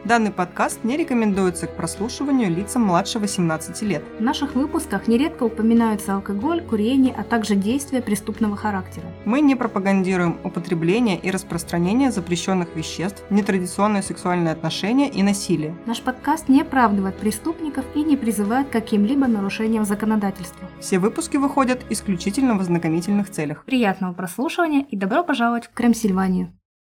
Данный подкаст не рекомендуется к прослушиванию лицам младше 18 лет. В наших выпусках нередко упоминаются алкоголь, курение, а также действия преступного характера. Мы не пропагандируем употребление и распространение запрещенных веществ, нетрадиционные сексуальные отношения и насилие. Наш подкаст не оправдывает преступников и не призывает к каким-либо нарушениям законодательства. Все выпуски выходят исключительно в ознакомительных целях. Приятного прослушивания и добро пожаловать в Крымсильванию!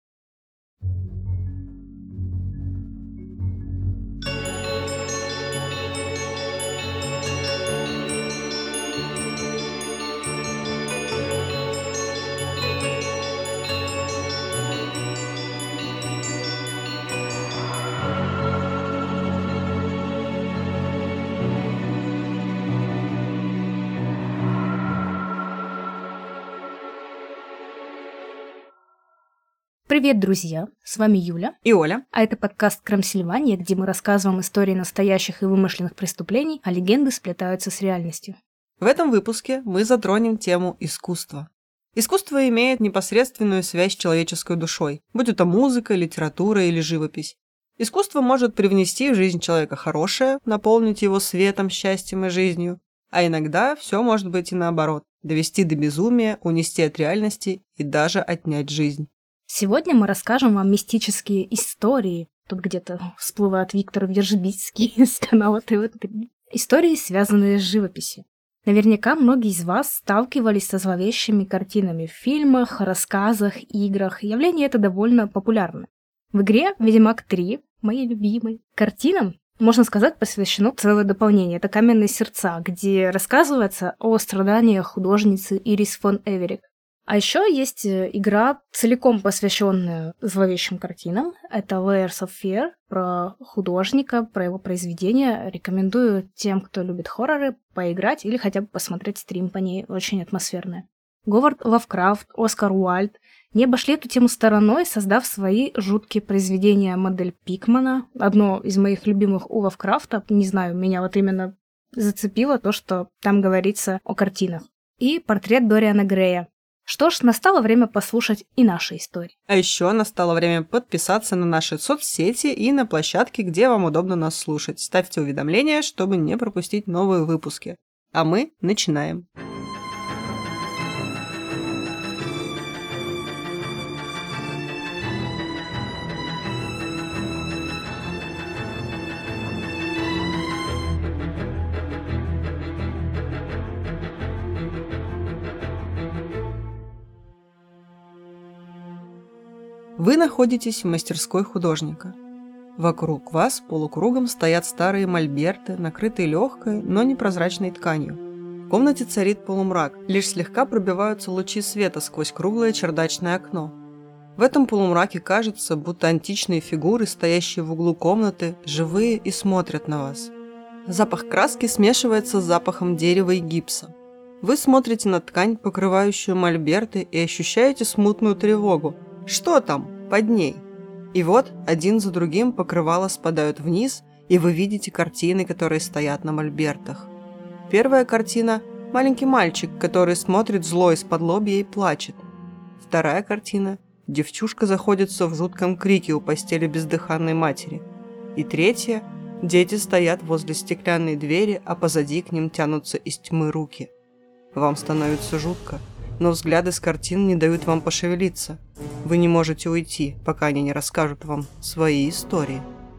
Привет, друзья! С вами Юля и Оля. А это подкаст «Крымсильвания», где мы рассказываем истории настоящих и вымышленных преступлений, а легенды сплетаются с реальностью. В этом выпуске мы затронем тему искусства. Искусство имеет непосредственную связь с человеческой душой, будь это музыка, литература или живопись. Искусство может привнести в жизнь человека хорошее, наполнить его светом, счастьем и жизнью, а иногда все может быть и наоборот, довести до безумия, унести от реальности и даже отнять жизнь. Сегодня мы расскажем вам мистические истории. Тут где-то всплывает Виктор Вержбицкий с канала ТВ3. Истории, связанные с живописью. Наверняка многие из вас сталкивались со зловещими картинами в фильмах, рассказах, играх. Явление это довольно популярно. В игре «Ведьмак 3», моей любимой, картинам, можно сказать, посвящено целое дополнение. Это «Каменные сердца», где рассказывается о страданиях художницы Ирис фон Эверик. А еще есть игра, целиком посвященная зловещим картинам. Это Layers of Fear, про художника, про его произведения. Рекомендую тем, кто любит хорроры, поиграть или хотя бы посмотреть стрим по ней. Очень атмосферная. Говард Лавкрафт, Оскар Уайльд не обошли эту тему стороной, создав свои жуткие произведения «Модель Пикмана». Одно из моих любимых у Лавкрафта. Не знаю, меня вот именно зацепило то, что там говорится о картинах. И портрет Дориана Грея. Что ж, настало время послушать и наши истории. А еще настало время подписаться на наши соцсети и на площадке, где вам удобно нас слушать. Ставьте уведомления, чтобы не пропустить новые выпуски. А мы начинаем. Вы находитесь в мастерской художника. Вокруг вас полукругом стоят старые мольберты, накрытые легкой, но непрозрачной тканью. В комнате царит полумрак, лишь слегка пробиваются лучи света сквозь круглое чердачное окно. В этом полумраке кажется, будто античные фигуры, стоящие в углу комнаты, живые и смотрят на вас. Запах краски смешивается с запахом дерева и гипса. Вы смотрите на ткань, покрывающую мольберты, и ощущаете смутную тревогу. Что там под ней? И вот один за другим покрывала спадают вниз, и вы видите картины, которые стоят на мольбертах. Первая картина – маленький мальчик, который смотрит зло из-под лобья и плачет. Вторая картина – девчушка заходится в жутком крике у постели бездыханной матери. И третья – дети стоят возле стеклянной двери, а позади к ним тянутся из тьмы руки. Вам становится жутко. Но взгляды с картин не дают вам пошевелиться. Вы не можете уйти, пока они не расскажут вам свои истории.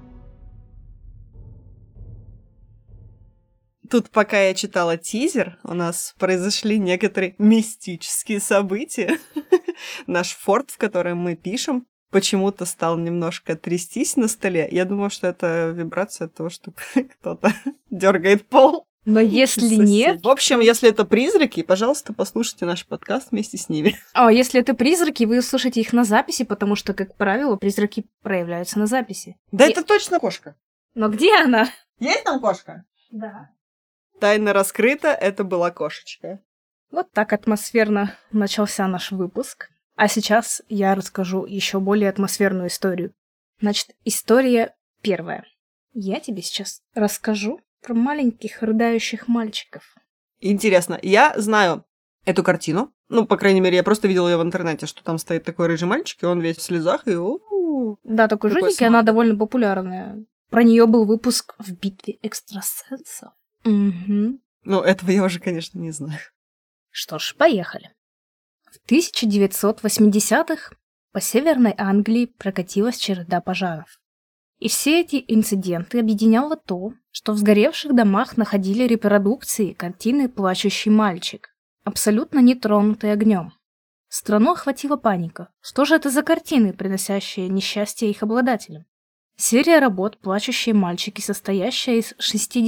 Тут, пока я читала тизер, у нас произошли некоторые мистические события. Наш форт, в котором мы пишем, почему-то стал немножко трястись на столе. Я думала, что это вибрация того, что кто-то дергает пол. Но если нет... В общем, если это призраки, пожалуйста, послушайте наш подкаст вместе с ними. А если это призраки, вы слушаете их на записи, потому что, как правило, призраки проявляются на записи. Да это точно кошка. Но где она? Есть там кошка? Да. Тайна раскрыта, это была кошечка. Вот так атмосферно начался наш выпуск. А сейчас я расскажу еще более атмосферную историю. Значит, история первая. Я тебе сейчас расскажу про маленьких рыдающих мальчиков. Интересно, я знаю эту картину. Ну, по крайней мере, я просто видела ее в интернете, что там стоит такой рыжий мальчик, и он весь в слезах, и Да, такой Такой жутенький, она довольно популярная. Про нее был выпуск в битве экстрасенсов. Угу. Ну, этого я уже, конечно, не знаю. Что ж, поехали. В 1980-х по Северной Англии прокатилась череда пожаров. И все эти инциденты объединяло то, что в сгоревших домах находили репродукции картины «Плачущий мальчик», абсолютно не тронутые огнем. Страну охватила паника. Что же это за картины, приносящие несчастье их обладателям? Серия работ «Плачущие мальчики», состоящая из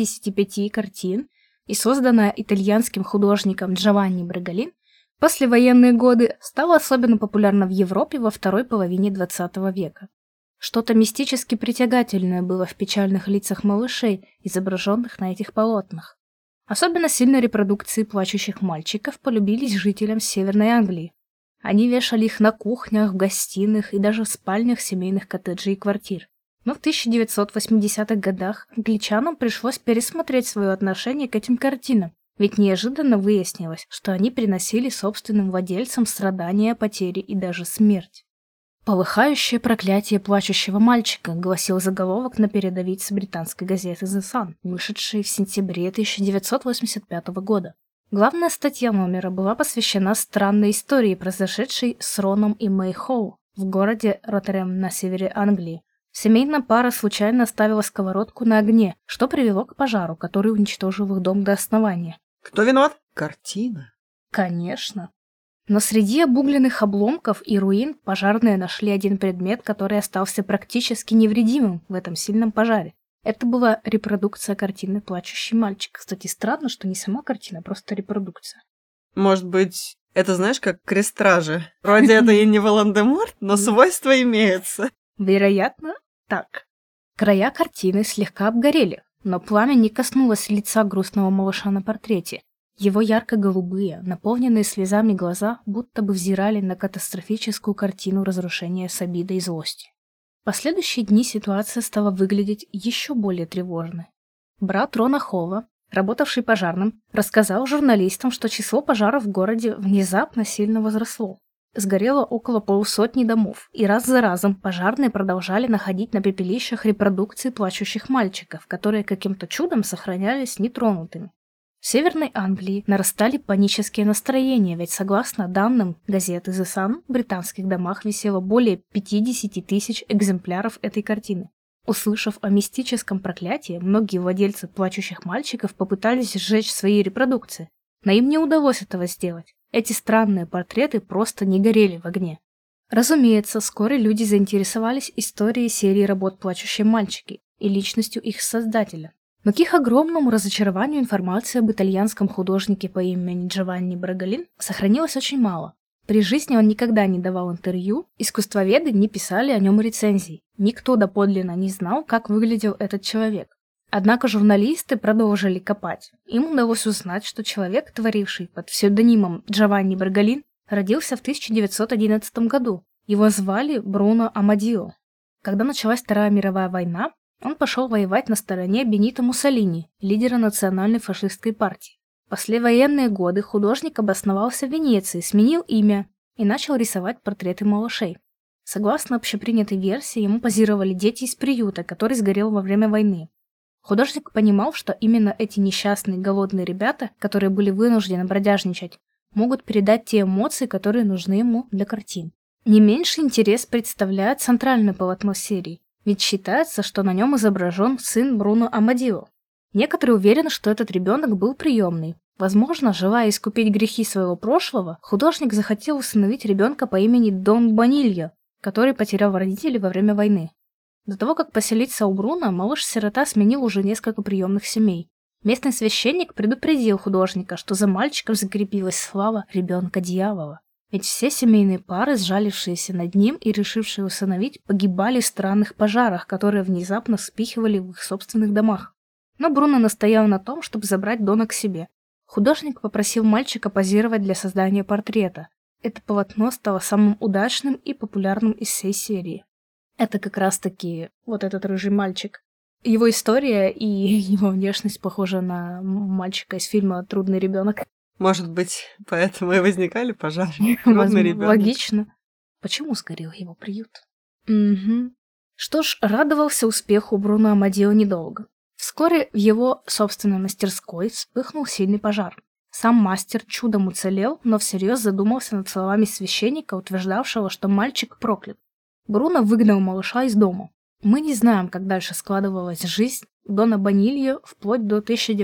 65 картин и созданная итальянским художником Джованни Брегалин, в послевоенные годы стала особенно популярна в Европе во второй половине XX века. Что-то мистически притягательное было в печальных лицах малышей, изображенных на этих полотнах. Особенно сильно репродукции плачущих мальчиков полюбились жителям Северной Англии. Они вешали их на кухнях, в гостиных и даже в спальнях семейных коттеджей и квартир. Но в 1980-х годах англичанам пришлось пересмотреть свое отношение к этим картинам, ведь неожиданно выяснилось, что они приносили собственным владельцам страдания, потери и даже смерть. «Полыхающее проклятие плачущего мальчика», гласил заголовок на передовице британской газеты The Sun, вышедшей в сентябре 1985 года. Главная статья номера была посвящена странной истории, произошедшей с Роном и Мэй Хоу в городе Роттердам на севере Англии. Семейная пара случайно оставила сковородку на огне, что привело к пожару, который уничтожил их дом до основания. Кто виноват? Картина. Конечно. Но среди обугленных обломков и руин пожарные нашли один предмет, который остался практически невредимым в этом сильном пожаре. Это была репродукция картины «Плачущий мальчик». Кстати, странно, что не сама картина, а просто репродукция. Может быть, это знаешь, как крестражи. Вроде это и не Волан-де-Морт, но свойства имеются. Вероятно, так. Края картины слегка обгорели, но пламя не коснулось лица грустного малыша на портрете. Его ярко-голубые, наполненные слезами глаза, будто бы взирали на катастрофическую картину разрушения с обидой и злостью. В последующие дни ситуация стала выглядеть еще более тревожной. Брат Рона Холла, работавший пожарным, рассказал журналистам, что число пожаров в городе внезапно сильно возросло. Сгорело около 200 домов, и раз за разом пожарные продолжали находить на пепелищах репродукции плачущих мальчиков, которые каким-то чудом сохранялись нетронутыми. В Северной Англии нарастали панические настроения, ведь согласно данным газеты The Sun, в британских домах висело более 50 тысяч экземпляров этой картины. Услышав о мистическом проклятии, многие владельцы плачущих мальчиков попытались сжечь свои репродукции, но им не удалось этого сделать. Эти странные портреты просто не горели в огне. Разумеется, вскоре люди заинтересовались историей серии работ «Плачущие мальчики» и личностью их создателя. Но к их огромному разочарованию информации об итальянском художнике по имени Джованни Брегалин сохранилось очень мало. При жизни он никогда не давал интервью, искусствоведы не писали о нем рецензий. Никто доподлинно не знал, как выглядел этот человек. Однако журналисты продолжили копать. Им удалось узнать, что человек, творивший под псевдонимом Джованни Брегалин, родился в 1911 году. Его звали Бруно Амадио. Когда началась Вторая мировая война, он пошел воевать на стороне Бенито Муссолини, лидера национальной фашистской партии. В послевоенные годы художник обосновался в Венеции, сменил имя и начал рисовать портреты малышей. Согласно общепринятой версии, ему позировали дети из приюта, который сгорел во время войны. Художник понимал, что именно эти несчастные голодные ребята, которые были вынуждены бродяжничать, могут передать те эмоции, которые нужны ему для картин. Не меньший интерес представляет центральное полотно серии. Ведь считается, что на нем изображен сын Бруно Амадио. Некоторые уверены, что этот ребенок был приемный. Возможно, желая искупить грехи своего прошлого, художник захотел усыновить ребенка по имени Дон Бонильо, который потерял родителей во время войны. До того, как поселиться у Бруно, малыш-сирота сменил уже несколько приемных семей. Местный священник предупредил художника, что за мальчиком закрепилась слава ребенка-дьявола. Ведь все семейные пары, сжалившиеся над ним и решившие усыновить, погибали в странных пожарах, которые внезапно вспихивали в их собственных домах. Но Бруно настоял на том, чтобы забрать Дона к себе. Художник попросил мальчика позировать для создания портрета. Это полотно стало самым удачным и популярным из всей серии. Это как раз-таки вот этот рыжий мальчик. Его история и его внешность похожа на мальчика из фильма «Трудный ребенок». Может быть, поэтому и возникали пожары. Трудный ребенок. Логично. Почему сгорел его приют? Угу. Что ж, радовался успеху Бруно Амадео недолго. Вскоре в его собственной мастерской вспыхнул сильный пожар. Сам мастер чудом уцелел, но всерьез задумался над словами священника, утверждавшего, что мальчик проклят. Бруно выгнал малыша из дома. Мы не знаем, как дальше складывалась жизнь Дона Банильо вплоть до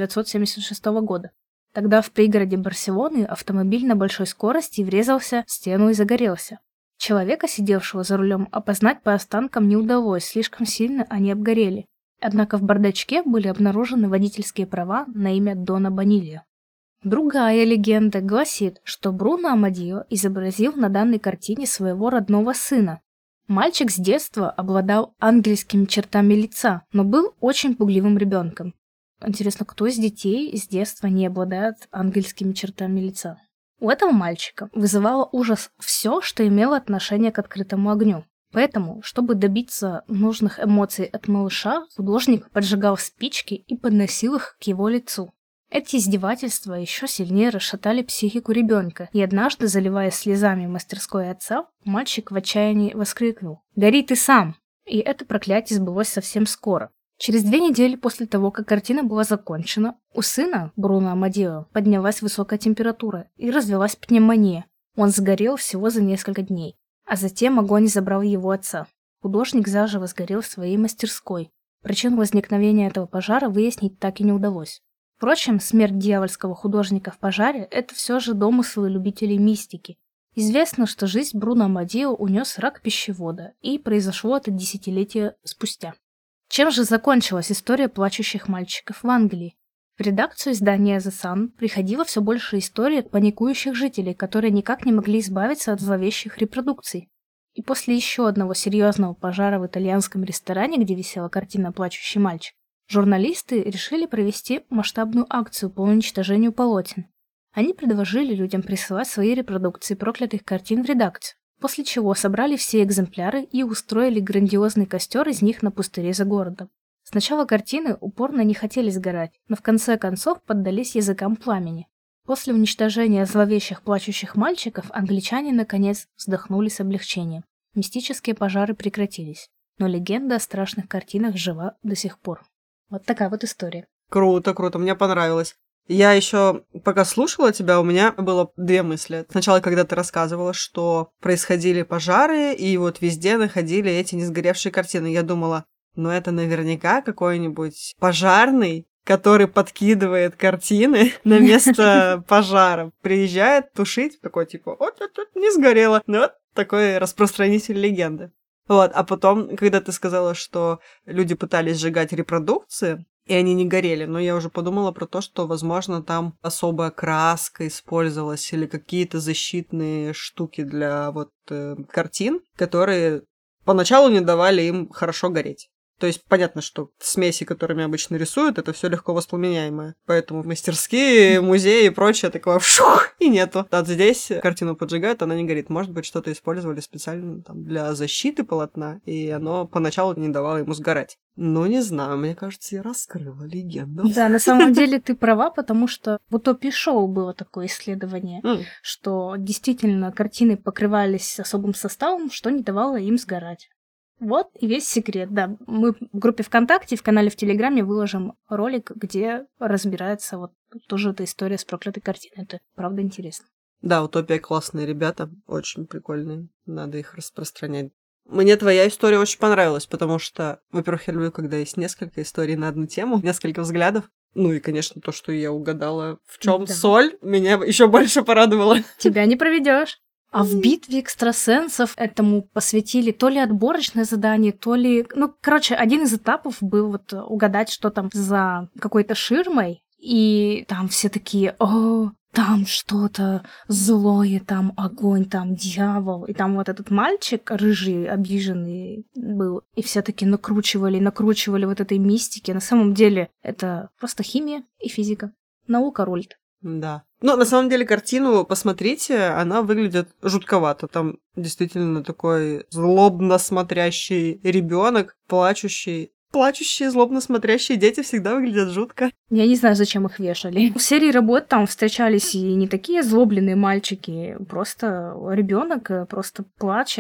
1976 года. Тогда в пригороде Барселоны автомобиль на большой скорости врезался в стену и загорелся. Человека, сидевшего за рулем, опознать по останкам не удалось, слишком сильно они обгорели. Однако в бардачке были обнаружены водительские права на имя Дона Банильо. Другая легенда гласит, что Бруно Амадео изобразил на данной картине своего родного сына. Мальчик с детства обладал ангельскими чертами лица, но был очень пугливым ребенком. Интересно, кто из детей с детства не обладает ангельскими чертами лица? У этого мальчика вызывало ужас все, что имело отношение к открытому огню. Поэтому, чтобы добиться нужных эмоций от малыша, художник поджигал спички и подносил их к его лицу. Эти издевательства еще сильнее расшатали психику ребенка, и однажды, заливаясь слезами в мастерской отца, мальчик в отчаянии воскликнул: «Гори ты сам!» И это проклятие сбылось совсем скоро. Через 2 недели после того, как картина была закончена, у сына, Бруно Амадео, поднялась высокая температура и развилась пневмония. Он сгорел всего за несколько дней, а затем огонь забрал его отца. Художник заживо сгорел в своей мастерской. Причину возникновения этого пожара выяснить так и не удалось. Впрочем, смерть дьявольского художника в пожаре – это все же домыслы любителей мистики. Известно, что жизнь Бруно Амадео унес рак пищевода, и произошло это десятилетия спустя. Чем же закончилась история плачущих мальчиков в Англии? В редакцию издания The Sun приходило все больше историй от паникующих жителей, которые никак не могли избавиться от зловещих репродукций. И после еще одного серьезного пожара в итальянском ресторане, где висела картина «Плачущий мальчик», журналисты решили провести масштабную акцию по уничтожению полотен. Они предложили людям присылать свои репродукции проклятых картин в редакцию, после чего собрали все экземпляры и устроили грандиозный костер из них на пустыре за городом. Сначала картины упорно не хотели сгорать, но в конце концов поддались языкам пламени. После уничтожения зловещих плачущих мальчиков англичане наконец вздохнули с облегчением. Мистические пожары прекратились, но легенда о страшных картинах жива до сих пор. Вот такая вот история. Круто, мне понравилось. Я еще, пока слушала тебя, у меня было 2 мысли. Сначала, когда ты рассказывала, что происходили пожары, и вот везде находили эти несгоревшие картины, я думала, это наверняка какой-нибудь пожарный, который подкидывает картины на место пожара. Приезжает тушить, такой типа, вот, не сгорело. Вот такой распространитель легенды. Вот, а потом, когда ты сказала, что люди пытались сжигать репродукции, и они не горели, но я уже подумала про то, что, возможно, там особая краска использовалась или какие-то защитные штуки для картин, которые поначалу не давали им хорошо гореть. То есть понятно, что смеси, которыми обычно рисуют, это все легко воспламеняемое. Поэтому мастерские, музеи и прочее такое вшух, и нету. А здесь картину поджигают, она не горит. Может быть, что-то использовали специально для защиты полотна, и оно поначалу не давало ему сгорать. Не знаю, мне кажется, я раскрыла легенду. Да, на самом деле ты права, потому что в «Утопии шоу» было такое исследование, что действительно картины покрывались особым составом, что не давало им сгорать. Вот и весь секрет, да. Мы в группе ВКонтакте, в канале в Телеграме выложим ролик, где разбирается тоже эта история с проклятой картиной. Это правда интересно. Да, «Утопия» классные ребята, очень прикольные, надо их распространять. Мне твоя история очень понравилась, потому что, во-первых, я люблю, когда есть несколько историй на одну тему, несколько взглядов. И, конечно, то, что я угадала, в чем соль, меня еще больше порадовало. Тебя не проведешь. А в битве экстрасенсов этому посвятили то ли отборочное задание, то ли... один из этапов был угадать, что там за какой-то ширмой, и там все такие: «О, там что-то злое, там огонь, там дьявол». И там этот мальчик рыжий, обиженный был, и все таки накручивали этой мистики. На самом деле это просто химия и физика. Наука рулит. Да. На самом деле, картину посмотрите, она выглядит жутковато. Там действительно такой злобно смотрящий ребенок, плачущий. Плачущие, злобно смотрящие дети всегда выглядят жутко. Я не знаю, зачем их вешали. В серии работ там встречались и не такие злобленные мальчики, просто ребенок просто плачет.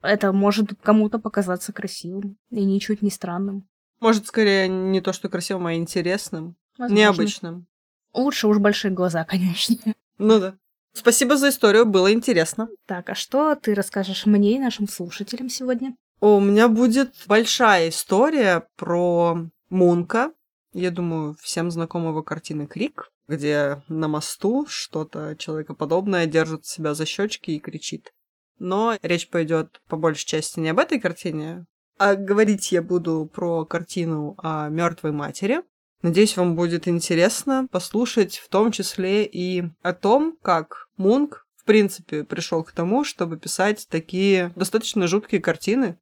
Это может кому-то показаться красивым и ничуть не странным. Может, скорее, не то, что красивым, а интересным. Возможно. Необычным. Лучше уж большие глаза, конечно. Ну да. Спасибо за историю, было интересно. Так, а что ты расскажешь мне и нашим слушателям сегодня? У меня будет большая история про Мунка. Я думаю, всем знакома его картина «Крик», где на мосту что-то человекоподобное держит себя за щечки и кричит. Но речь пойдет по большей части не об этой картине, а говорить я буду про картину о мертвой матери. Надеюсь, вам будет интересно послушать в том числе и о том, как Мунк, в принципе, пришел к тому, чтобы писать такие достаточно жуткие картины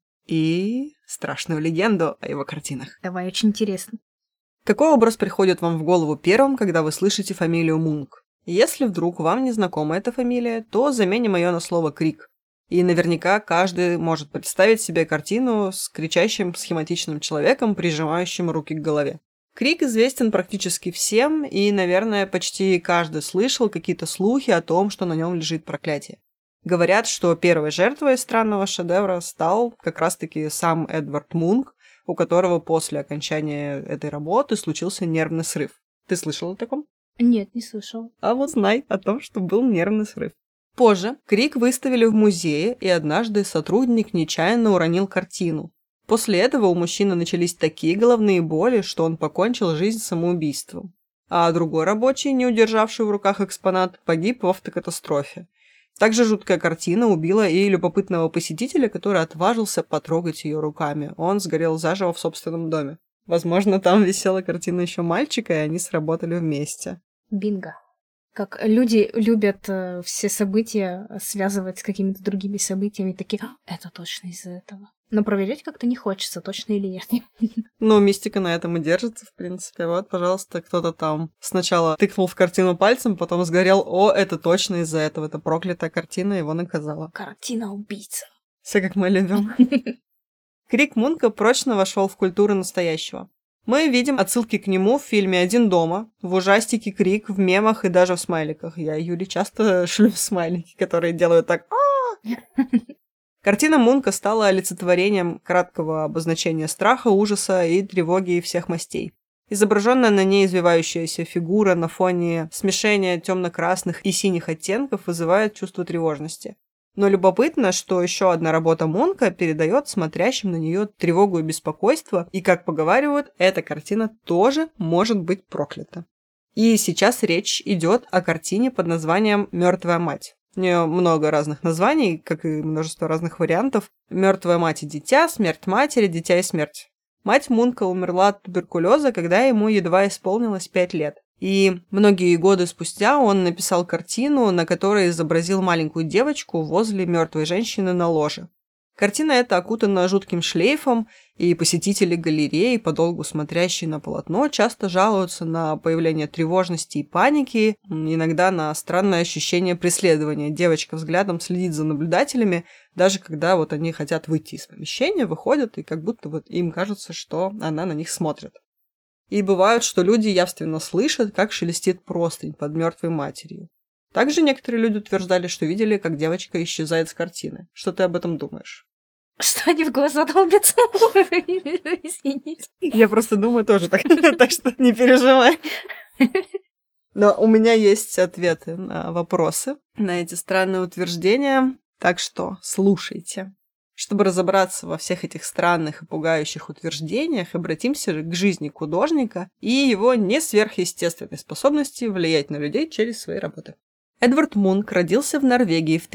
и страшную легенду о его картинах. Давай, очень интересно. Какой образ приходит вам в голову первым, когда вы слышите фамилию Мунк? Если вдруг вам не знакома эта фамилия, то заменим ее на слово «Крик». И наверняка каждый может представить себе картину с кричащим схематичным человеком, прижимающим руки к голове. Крик известен практически всем, и, наверное, почти каждый слышал какие-то слухи о том, что на нем лежит проклятие. Говорят, что первой жертвой странного шедевра стал как раз-таки сам Эдвард Мунк, у которого после окончания этой работы случился нервный срыв. Ты слышал о таком? Нет, не слышал. А вот знай о том, что был нервный срыв. Позже Крик выставили в музее, и однажды сотрудник нечаянно уронил картину. После этого у мужчины начались такие головные боли, что он покончил жизнь самоубийством. А другой рабочий, не удержавший в руках экспонат, погиб в автокатастрофе. Также жуткая картина убила и любопытного посетителя, который отважился потрогать ее руками. Он сгорел заживо в собственном доме. Возможно, там висела картина еще мальчика, и они сработали вместе. Бинго. Как люди любят все события связывать с какими-то другими событиями, такие, это точно из-за этого. Но проверять как-то не хочется, точно или нет. Ну, мистика на этом и держится, в принципе. Вот, пожалуйста, кто-то там сначала тыкнул в картину пальцем, потом сгорел. О, это точно из-за этого. Это проклятая картина его наказала. Картина-убийца. Все как мы любим. Крик Мунка прочно вошел в культуру настоящего. Мы видим отсылки к нему в фильме «Один дома», в ужастике «Крик», в мемах и даже в смайликах. Я Юле часто шлю смайлики, которые делают так. Картина Мунка стала олицетворением краткого обозначения страха, ужаса и тревоги всех мастей. Изображенная на ней извивающаяся фигура на фоне смешения темно-красных и синих оттенков вызывает чувство тревожности. Но любопытно, что еще одна работа Мунка передает смотрящим на нее тревогу и беспокойство, и, как поговаривают, эта картина тоже может быть проклята. И сейчас речь идет о картине под названием «Мертвая мать». У нее много разных названий, как и множество разных вариантов. «Мертвая мать и дитя», «Смерть матери», «Дитя и смерть». Мать Мунка умерла от туберкулеза, когда ему едва исполнилось 5 лет. И многие годы спустя он написал картину, на которой изобразил маленькую девочку возле мертвой женщины на ложе. Картина эта окутана жутким шлейфом, и посетители галереи, подолгу смотрящие на полотно, часто жалуются на появление тревожности и паники, иногда на странное ощущение преследования. Девочка взглядом следит за наблюдателями, даже когда вот они хотят выйти из помещения, выходят, и как будто вот им кажется, что она на них смотрит. И бывает, что люди явственно слышат, как шелестит простынь под мертвой матерью. Также некоторые люди утверждали, что видели, как девочка исчезает с картины. Что ты об этом думаешь? Что они в глаза долбятся? Извините. Я просто думаю тоже так, так что не переживай. Но у меня есть ответы на вопросы, на эти странные утверждения, так что слушайте. Чтобы разобраться во всех этих странных и пугающих утверждениях, обратимся к жизни художника и его несверхъестественной способности влиять на людей через свои работы. Эдвард Мунк родился в Норвегии в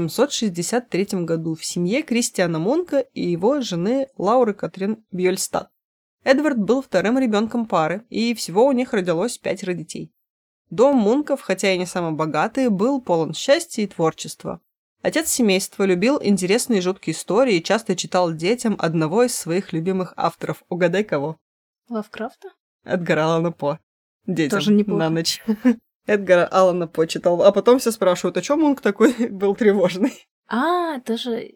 1863 году в семье Кристиана Мунка и его жены Лауры Катрин Бьёльстад. Эдвард был вторым ребенком пары, и всего у них родилось 5 детей. Дом Мунков, хотя и не самый богатый, был полон счастья и творчества. Отец семейства любил интересные и жуткие истории и часто читал детям одного из своих любимых авторов. Угадай, кого? Лавкрафта? Эдгара Аллана По. Детям Тоже неплохо. на ночь. Эдгара Аллана По читал. А потом все спрашивают, а чё Мунк такой был тревожный? Тоже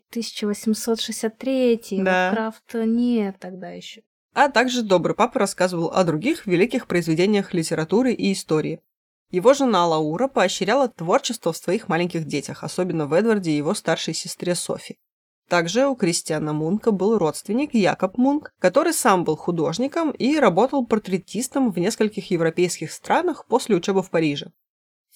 1863. Да. Лавкрафта нет тогда еще. А также добрый папа рассказывал о других великих произведениях литературы и истории. Его жена Лаура поощряла творчество в своих маленьких детях, особенно в Эдварде и его старшей сестре Софи. Также у Кристиана Мунка был родственник Якоб Мунк, который сам был художником и работал портретистом в нескольких европейских странах после учебы в Париже. В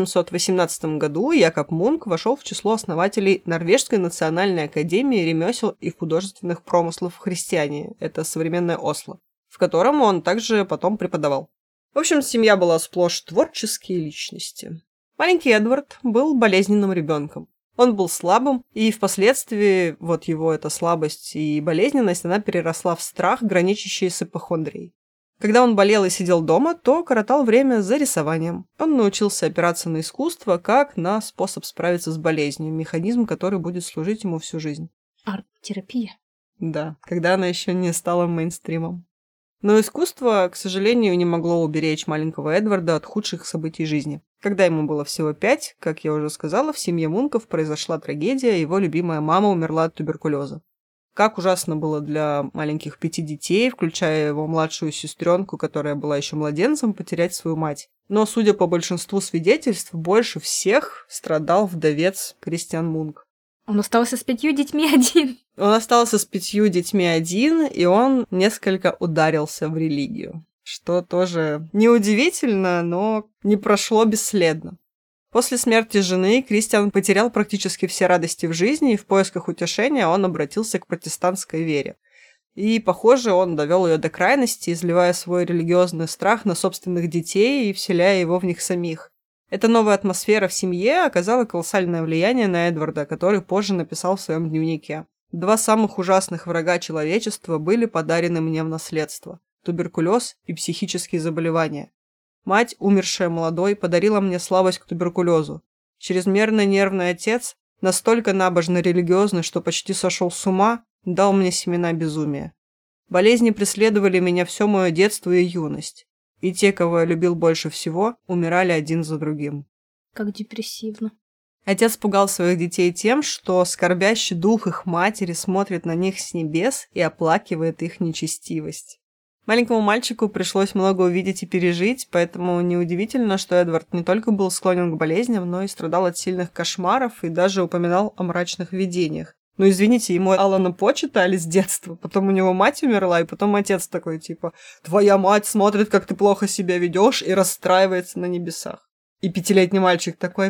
1818 году Якоб Мунк вошел в число основателей Норвежской национальной академии ремесел и художественных промыслов в Христиане, это современное Осло, в котором он также потом преподавал. В общем, семья была сплошь творческие личности. Маленький Эдвард был болезненным ребенком. Он был слабым, и впоследствии вот его эта слабость и болезненность, она переросла в страх, граничащий с ипохондрией. Когда он болел и сидел дома, то коротал время за рисованием. Он научился опираться на искусство как на способ справиться с болезнью, механизм, который будет служить ему всю жизнь. Арт-терапия. Да, когда она еще не стала мейнстримом. Но искусство, к сожалению, не могло уберечь маленького Эдварда от худших событий жизни. Когда ему было всего 5, как я уже сказала, в семье Мунков произошла трагедия, его любимая мама умерла от туберкулеза. Как ужасно было для маленьких 5 детей, включая его младшую сестренку, которая была еще младенцем, потерять свою мать. Но, судя по большинству свидетельств, больше всех страдал вдовец Кристиан Мунк. Он остался с 5 детьми один. Он остался с 5 детьми один, и он несколько ударился в религию. Что тоже неудивительно, но не прошло бесследно. После смерти жены Кристиан потерял практически все радости в жизни, и в поисках утешения он обратился к протестантской вере. И, похоже, он довел ее до крайности, изливая свой религиозный страх на собственных детей и вселяя его в них самих. Эта новая атмосфера в семье оказала колоссальное влияние на Эдварда, который позже написал в своем дневнике. 2 самых ужасных врага человечества были подарены мне в наследство – туберкулез и психические заболевания. Мать, умершая молодой, подарила мне слабость к туберкулезу. Чрезмерно нервный отец, настолько набожно-религиозный, что почти сошел с ума, дал мне семена безумия. Болезни преследовали меня все мое детство и юность. И те, кого я любил больше всего, умирали один за другим. Как депрессивно. Отец пугал своих детей тем, что скорбящий дух их матери смотрит на них с небес и оплакивает их нечестивость. Маленькому мальчику пришлось много увидеть и пережить, поэтому неудивительно, что Эдвард не только был склонен к болезням, но и страдал от сильных кошмаров и даже упоминал о мрачных видениях. Ну, извините, ему Алана По читали с детства, потом у него мать умерла, и потом отец такой, типа, «Твоя мать смотрит, как ты плохо себя ведешь, и расстраивается на небесах». И 5-летний мальчик такой,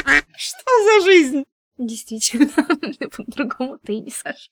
«Что за жизнь?» Действительно, по-другому ты и не сошёшь.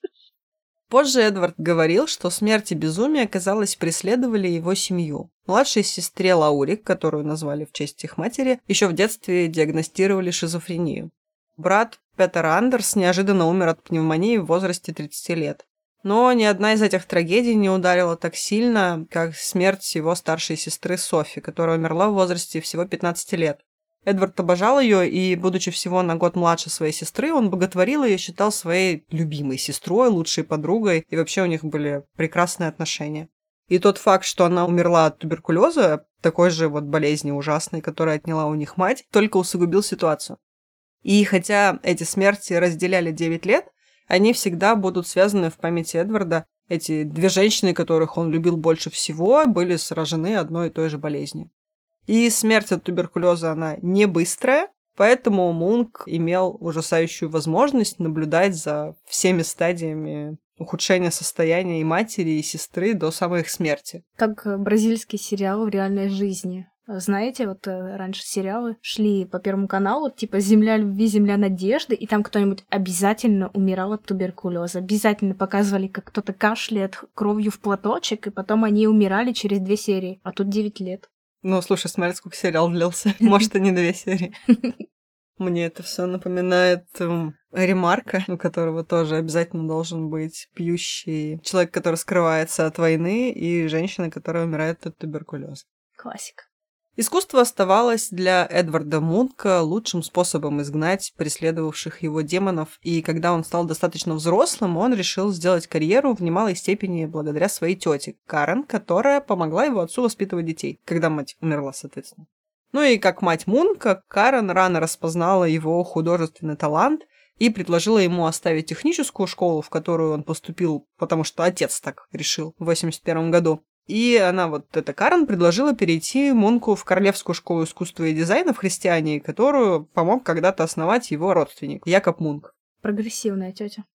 Позже Эдвард говорил, что смерть и безумие, казалось, преследовали его семью. Младшей сестре Лауре, которую назвали в честь их матери, еще в детстве диагностировали шизофрению. Брат Петер Андерс неожиданно умер от пневмонии в возрасте 30 лет. Но ни одна из этих трагедий не ударила так сильно, как смерть его старшей сестры Софи, которая умерла в возрасте всего 15 лет. Эдвард обожал ее, и, будучи всего на год младше своей сестры, он боготворил ее и считал своей любимой сестрой, лучшей подругой, и вообще у них были прекрасные отношения. И тот факт, что она умерла от туберкулеза, такой же вот болезни ужасной, которая отняла у них мать, только усугубил ситуацию. И хотя эти смерти разделяли 9 лет, они всегда будут связаны в памяти Эдварда. Эти 2 женщины, которых он любил больше всего, были сражены одной и той же болезнью. И смерть от туберкулеза, она не быстрая, поэтому Мунк имел ужасающую возможность наблюдать за всеми стадиями ухудшения состояния и матери, и сестры до самой их смерти. Как бразильский сериал в реальной жизни. Знаете, вот раньше сериалы шли по Первому каналу, типа «Земля любви, земля надежды», и там кто-нибудь обязательно умирал от туберкулеза. Обязательно показывали, как кто-то кашляет кровью в платочек, и потом они умирали через 2 серии. А тут 9 лет. Ну, слушай, смотри, сколько сериал длился. Может, и не 2 серии. Мне это все напоминает Ремарка, у которого тоже обязательно должен быть пьющий человек, который скрывается от войны, и женщина, которая умирает от туберкулеза. Классика. Искусство оставалось для Эдварда Мунка лучшим способом изгнать преследовавших его демонов, и когда он стал достаточно взрослым, он решил сделать карьеру в немалой степени благодаря своей тете Карен, которая помогла его отцу воспитывать детей, когда мать умерла, соответственно. Ну и как мать Мунка, Карен рано распознала его художественный талант и предложила ему оставить техническую школу, в которую он поступил, потому что отец так решил в 1981 году. И она, вот эта Карен, предложила перейти Мунку в Королевскую школу искусства и дизайна в Христиане, которую помог когда-то основать его родственник Якоб Мунк. Прогрессивная тетя.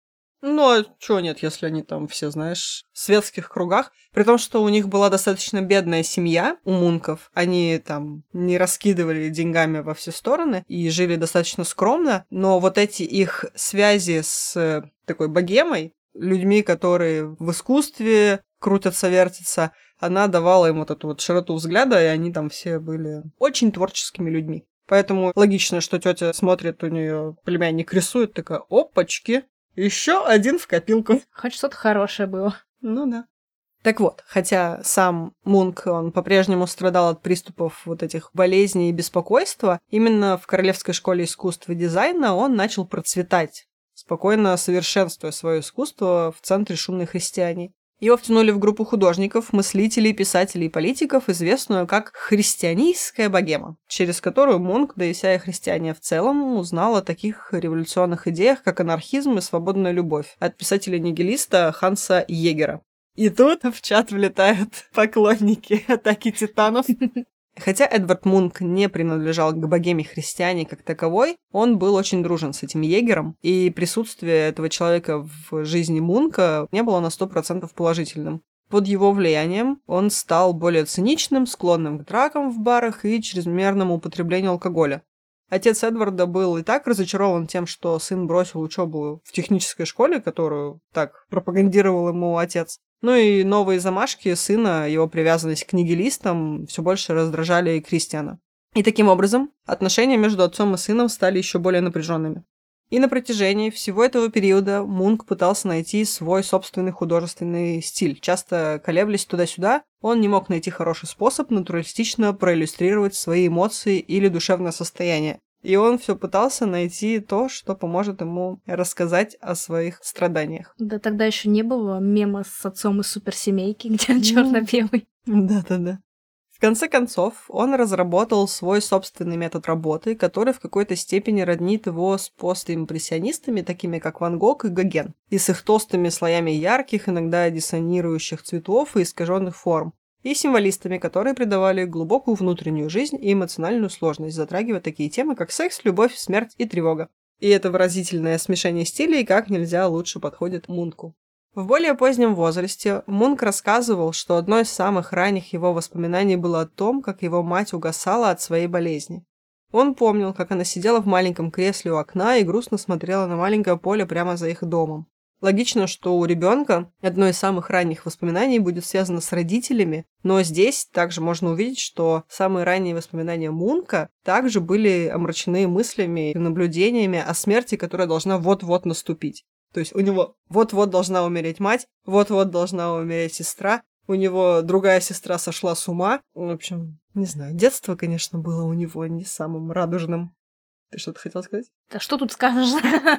Ну, а чего нет, если они там все, знаешь, в светских кругах? При том, что у них была достаточно бедная семья у Мунков. Они там не раскидывали деньгами во все стороны и жили достаточно скромно. Но вот эти их связи с такой богемой, людьми, которые в искусстве крутятся, вертятся, она давала им вот эту вот широту взгляда, и они там все были очень творческими людьми. Поэтому логично, что тетя смотрит, у нее племянник рисует, такая, опачки, еще один в копилку. Хоть что-то хорошее было. Ну да. Так вот, хотя сам Мунк, он по-прежнему страдал от приступов вот этих болезней и беспокойства, именно в Королевской школе искусств и дизайна он начал процветать, спокойно совершенствуя свое искусство в центре шумной христиане. Его втянули в группу художников, мыслителей, писателей и политиков, известную как «Христианийская богема», через которую Мунк, да и вся христиане в целом, узнал о таких революционных идеях, как анархизм и свободная любовь от писателя-нигилиста Ханса Йегера. И тут в чат влетают поклонники «Атаки титанов». Хотя Эдвард Мунк не принадлежал к богеме христиане как таковой, он был очень дружен с этим егером, и присутствие этого человека в жизни Мунка не было на 100% положительным. Под его влиянием он стал более циничным, склонным к дракам в барах и чрезмерному употреблению алкоголя. Отец Эдварда был и так разочарован тем, что сын бросил учебу в технической школе, которую так пропагандировал ему отец. Ну и новые замашки сына, его привязанность к нигилистам все больше раздражали Кристиана. И таким образом отношения между отцом и сыном стали еще более напряженными. И на протяжении всего этого периода Мунк пытался найти свой собственный художественный стиль. Часто колеблясь туда-сюда, он не мог найти хороший способ натуралистично проиллюстрировать свои эмоции или душевное состояние. И он все пытался найти то, что поможет ему рассказать о своих страданиях. Да тогда еще не было мема с отцом из суперсемейки, где он черно-белый. Да-да-да. В конце концов, он разработал свой собственный метод работы, который в какой-то степени роднит его с постимпрессионистами, такими как Ван Гог и Гоген, и с их толстыми слоями ярких, иногда диссонирующих цветов и искаженных форм, и символистами, которые придавали глубокую внутреннюю жизнь и эмоциональную сложность, затрагивая такие темы, как секс, любовь, смерть и тревога. И это выразительное смешение стилей как нельзя лучше подходит Мунку. В более позднем возрасте Мунк рассказывал, что одно из самых ранних его воспоминаний было о том, как его мать угасала от своей болезни. Он помнил, как она сидела в маленьком кресле у окна и грустно смотрела на маленькое поле прямо за их домом. Логично, что у ребенка одно из самых ранних воспоминаний будет связано с родителями, но здесь также можно увидеть, что самые ранние воспоминания Мунка также были омрачены мыслями и наблюдениями о смерти, которая должна вот-вот наступить. То есть у него вот-вот должна умереть мать, вот-вот должна умереть сестра, у него другая сестра сошла с ума. В общем, не знаю, детство, конечно, было у него не самым радужным. Ты что-то хотел сказать? Да что тут скажешь?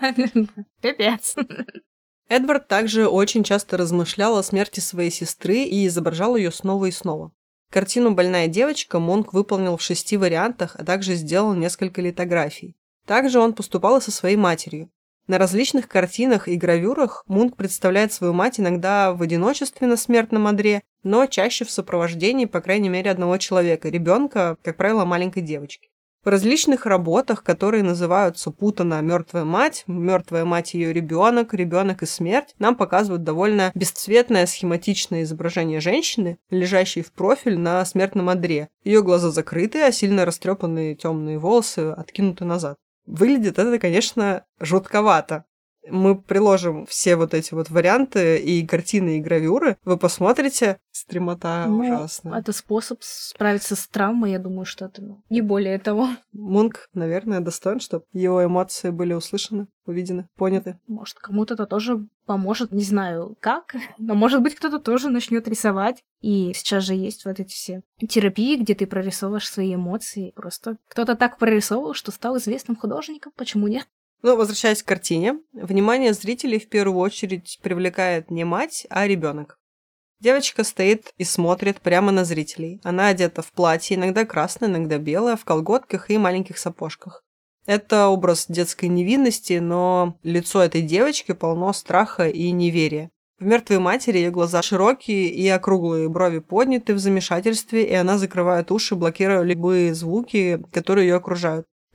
Пипец. Эдвард также очень часто размышлял о смерти своей сестры и изображал ее снова и снова. Картину «Больная девочка» Мунк выполнил в 6 вариантах, а также сделал несколько литографий. Также он поступал и со своей матерью. На различных картинах и гравюрах Мунк представляет свою мать иногда в одиночестве на смертном одре, но чаще в сопровождении, по крайней мере, одного человека, ребенка, как правило, маленькой девочки. В различных работах, которые называются путано «Мертвая мать», «Мертвая мать и ее ребенок», «Ребенок и смерть», нам показывают довольно бесцветное схематичное изображение женщины, лежащей в профиль на смертном одре. Ее глаза закрыты, а сильно растрепанные темные волосы откинуты назад. Выглядит это, конечно, жутковато. Мы приложим все вот эти вот варианты и картины, и гравюры. Вы посмотрите. Стремота ужасная. Это способ справиться с травмой, я думаю, что это не более того. Мунк, наверное, достоин, чтобы его эмоции были услышаны, увидены, поняты. Может, кому-то это тоже поможет, не знаю как, но, может быть, кто-то тоже начнет рисовать. И сейчас же есть вот эти все терапии, где ты прорисовываешь свои эмоции. Просто кто-то так прорисовывал, что стал известным художником. Почему нет? Ну, возвращаясь к картине, внимание зрителей в первую очередь привлекает не мать, а ребенок. Девочка стоит и смотрит прямо на зрителей. Она одета в платье, иногда красное, иногда белое, в колготках и маленьких сапожках. Это образ детской невинности, но лицо этой девочки полно страха и неверия. В «Мертвой матери» ее глаза широкие и округлые, брови подняты в замешательстве, и она закрывает уши, блокируя любые звуки, которые ее окружают.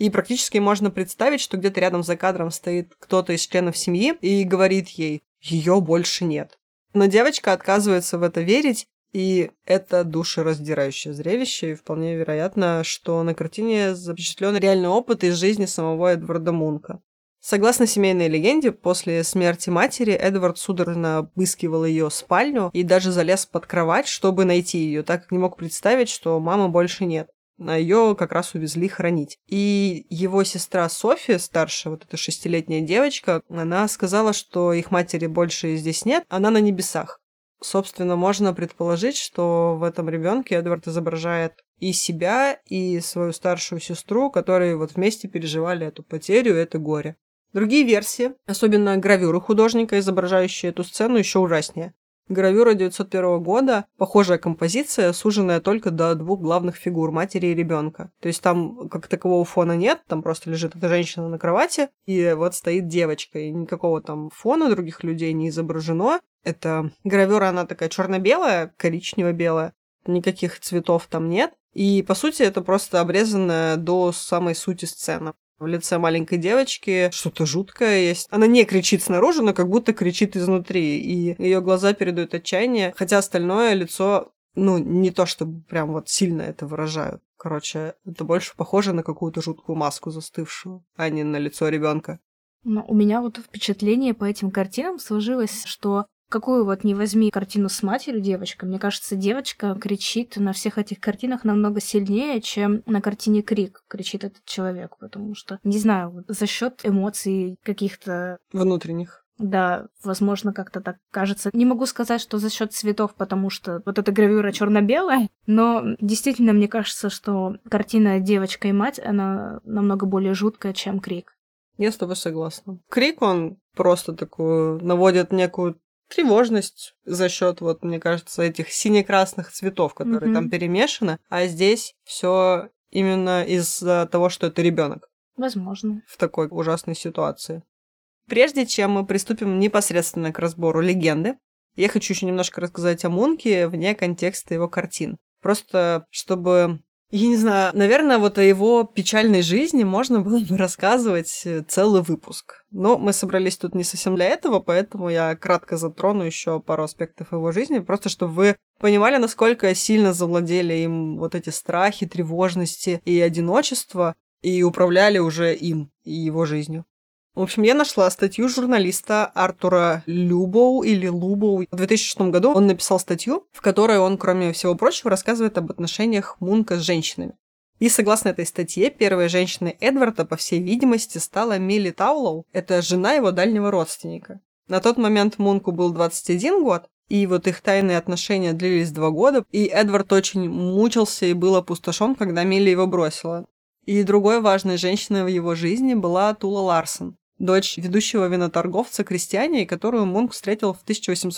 И практически можно представить, что где-то рядом за кадром стоит кто-то из членов семьи и говорит ей: «Ее больше нет». Но девочка отказывается в это верить, и это душераздирающее зрелище, и вполне вероятно, что на картине запечатлен реальный опыт из жизни самого Эдварда Мунка. Согласно семейной легенде, после смерти матери Эдвард судорожно обыскивал ее спальню и даже залез под кровать, чтобы найти ее, так как не мог представить, что мамы больше нет. А ее как раз увезли хранить. И его сестра София, старшая, вот эта 6-летняя девочка, она сказала, что их матери больше здесь нет, она на небесах. Собственно, можно предположить, что в этом ребенке Эдвард изображает и себя, и свою старшую сестру, которые вот вместе переживали эту потерю, это горе. Другие версии, особенно гравюры художника, изображающие эту сцену, еще ужаснее. Гравюра 1901 года, похожая композиция, суженная только до 2 главных фигур, матери и ребенка. То есть там как такового фона нет, там просто лежит эта женщина на кровати, и вот стоит девочка, и никакого там фона других людей не изображено. Эта гравюра, она такая черно-белая, коричнево-белая, никаких цветов там нет. И, по сути, это просто обрезанная до самой сути сцена. В лице маленькой девочки что-то жуткое есть. Она не кричит снаружи, но как будто кричит изнутри. И ее глаза передают отчаяние, хотя остальное лицо, не то чтобы прям вот сильно это выражают. Короче, это больше похоже на какую-то жуткую маску застывшую, а не на лицо ребенка. Но у меня вот впечатление по этим картинам сложилось, что какую вот не возьми картину с матерью девочка, мне кажется, девочка кричит на всех этих картинах намного сильнее, чем на картине «Крик» кричит этот человек, потому что, не знаю, вот за счет эмоций каких-то внутренних. Да, возможно, как-то так кажется. Не могу сказать, что за счет цветов, потому что вот эта гравюра черно-белая, но действительно мне кажется, что картина «Девочка и мать», она намного более жуткая, чем «Крик». Я с тобой согласна. «Крик», он просто такую наводит некую тревожность за счет, вот, мне кажется, этих сине-красных цветов, которые там перемешаны, а здесь все именно из-за того, что это ребенок. Возможно. В такой ужасной ситуации. Прежде чем мы приступим непосредственно к разбору легенды, я хочу еще немножко рассказать о Мунке вне контекста его картин. Просто чтобы... Я не знаю, наверное, вот о его печальной жизни можно было бы рассказывать целый выпуск. Но мы собрались тут не совсем для этого, поэтому я кратко затрону еще пару аспектов его жизни, просто чтобы вы понимали, насколько сильно завладели им вот эти страхи, тревожности и одиночество, и управляли уже им и его жизнью. В общем, я нашла статью журналиста Артура Любоу или Лубоу. В 2006 году он написал статью, в которой он, кроме всего прочего, рассказывает об отношениях Мунка с женщинами. И согласно этой статье, первой женщиной Эдварда, по всей видимости, стала Милли Таулоу. Это жена его дальнего родственника. На тот момент Мунку был 21 год, и вот их тайные отношения длились 2 года, и Эдвард очень мучился и был опустошен, когда Милли его бросила. И другой важной женщиной в его жизни была Тула Ларсон, дочь ведущего виноторговца Кристиане, которую Мунк встретил в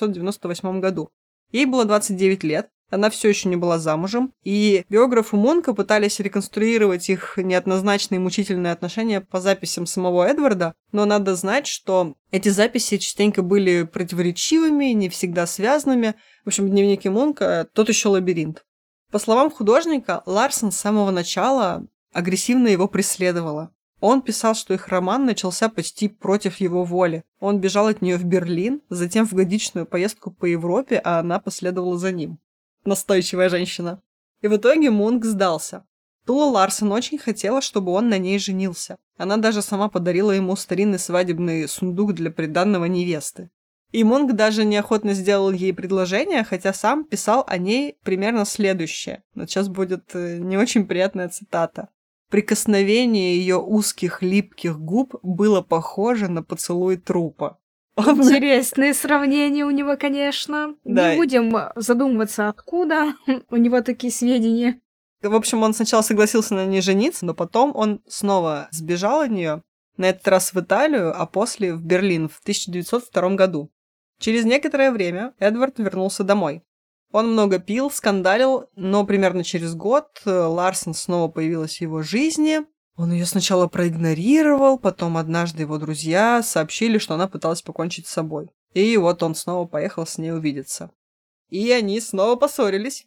1898 году. Ей было 29 лет, она все еще не была замужем, и биографы Мунка пытались реконструировать их неоднозначные мучительные отношения по записям самого Эдварда, но надо знать, что эти записи частенько были противоречивыми, не всегда связанными. В общем, дневники Мунка тот еще лабиринт. По словам художника, Ларсон с самого начала агрессивно его преследовала. Он писал, что их роман начался почти против его воли. Он бежал от нее в Берлин, затем в годичную поездку по Европе, а она последовала за ним. Настойчивая женщина. И в итоге Мунк сдался. Тула Ларсон очень хотела, чтобы он на ней женился. Она даже сама подарила ему старинный свадебный сундук для приданного невесты. И Мунк даже неохотно сделал ей предложение, хотя сам писал о ней примерно следующее. Но сейчас будет не очень приятная цитата. Прикосновение ее узких липких губ было похоже на поцелуй трупа. Интересные сравнения у него, конечно. Да. Не будем задумываться, откуда у него такие сведения. В общем, он сначала согласился на ней жениться, но потом он снова сбежал от нее, на этот раз в Италию, а после в Берлин в 1902 году. Через некоторое время Эдвард вернулся домой. Он много пил, скандалил, но примерно через год Ларсон снова появилась в его жизни. Он ее сначала проигнорировал, потом однажды его друзья сообщили, что она пыталась покончить с собой. И вот он снова поехал с ней увидеться. И они снова поссорились.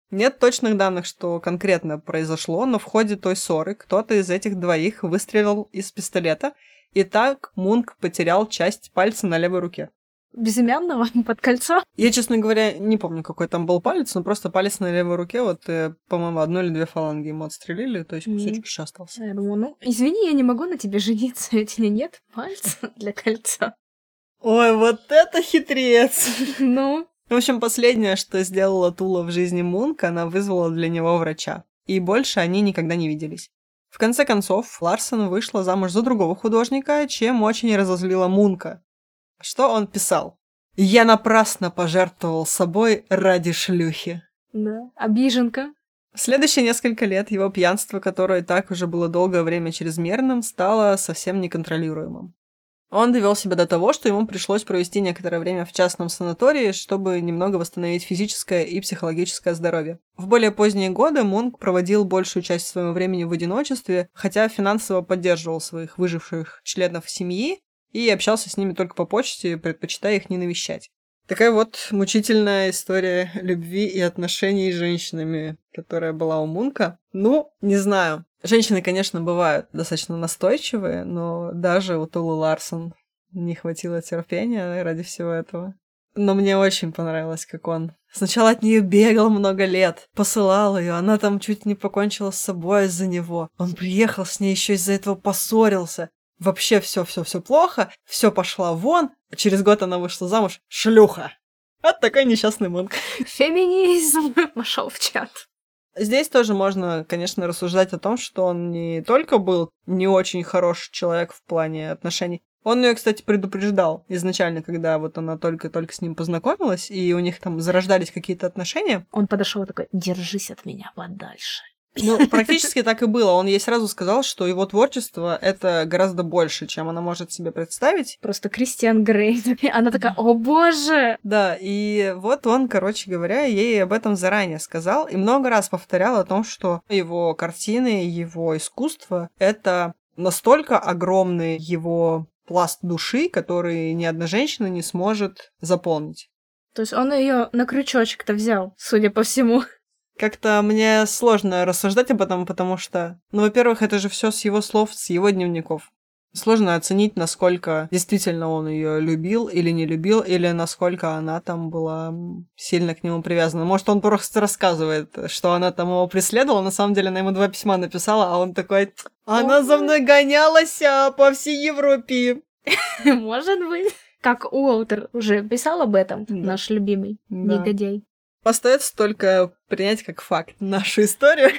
Нет точных данных, что конкретно произошло, но в ходе той ссоры кто-то из этих двоих выстрелил из пистолета, и так Мунк потерял часть пальца на левой руке. Безымянного под кольцо? Я, честно говоря, не помню, какой там был палец, но просто палец на левой руке, по-моему, 1 или 2 фаланги ему отстрелили, то есть кусочек еще остался. Я думаю, извини, я не могу на тебе жениться, ведь у меня нет пальца для кольца. Ой, вот это хитрец! Ну? В общем, последнее, что сделала Тула в жизни Мунка, она вызвала для него врача. И больше они никогда не виделись. В конце концов, Ларсон вышла замуж за другого художника, чем очень разозлила Мунка. Что он писал? «Я напрасно пожертвовал собой ради шлюхи». Да, обиженка. В следующие несколько лет его пьянство, которое так уже было долгое время чрезмерным, стало совсем неконтролируемым. Он довел себя до того, что ему пришлось провести некоторое время в частном санатории, чтобы немного восстановить физическое и психологическое здоровье. В более поздние годы Мунк проводил большую часть своего времени в одиночестве, хотя финансово поддерживал своих выживших членов семьи и общался с ними только по почте, предпочитая их не навещать. Такая вот мучительная история любви и отношений с женщинами, которая была у Мунка. Ну, не знаю. Женщины, конечно, бывают достаточно настойчивые, но даже у Тулы Ларсон не хватило терпения ради всего этого. Но мне очень понравилось, как он сначала от нее бегал много лет, посылал ее, она там чуть не покончила с собой из-за него. Он приехал с ней, еще из-за этого поссорился. Вообще все плохо, все пошла вон. Через год она вышла замуж. Шлюха! Вот такой несчастный Мунк. Феминизм пошел в чат. Здесь тоже можно, конечно, рассуждать о том, что он не только был не очень хороший человек в плане отношений, он ее, кстати, предупреждал изначально, когда вот она только-только с ним познакомилась, и у них там зарождались какие-то отношения. Он подошел такой: держись от меня подальше. Ну, практически так и было. Он ей сразу сказал, что его творчество — это гораздо больше, чем она может себе представить. Просто Кристиан Грей. Она такая: о боже! Да, и вот он, короче говоря, ей об этом заранее сказал и много раз повторял о том, что его картины, его искусство — это настолько огромный его пласт души, который ни одна женщина не сможет заполнить. То есть он ее на крючочек-то взял, судя по всему. Как-то мне сложно рассуждать об этом, потому что, ну, во-первых, это же все с его слов, с его дневников. Сложно оценить, насколько действительно он ее любил или не любил, или насколько она там была сильно к нему привязана. Может, он просто рассказывает, что она там его преследовала, на самом деле она ему 2 письма написала, а он такой: она за мной гонялась по всей Европе. Может быть. Как Уолтер уже писал об этом, наш любимый негодяй. Остается только принять как факт нашу историю.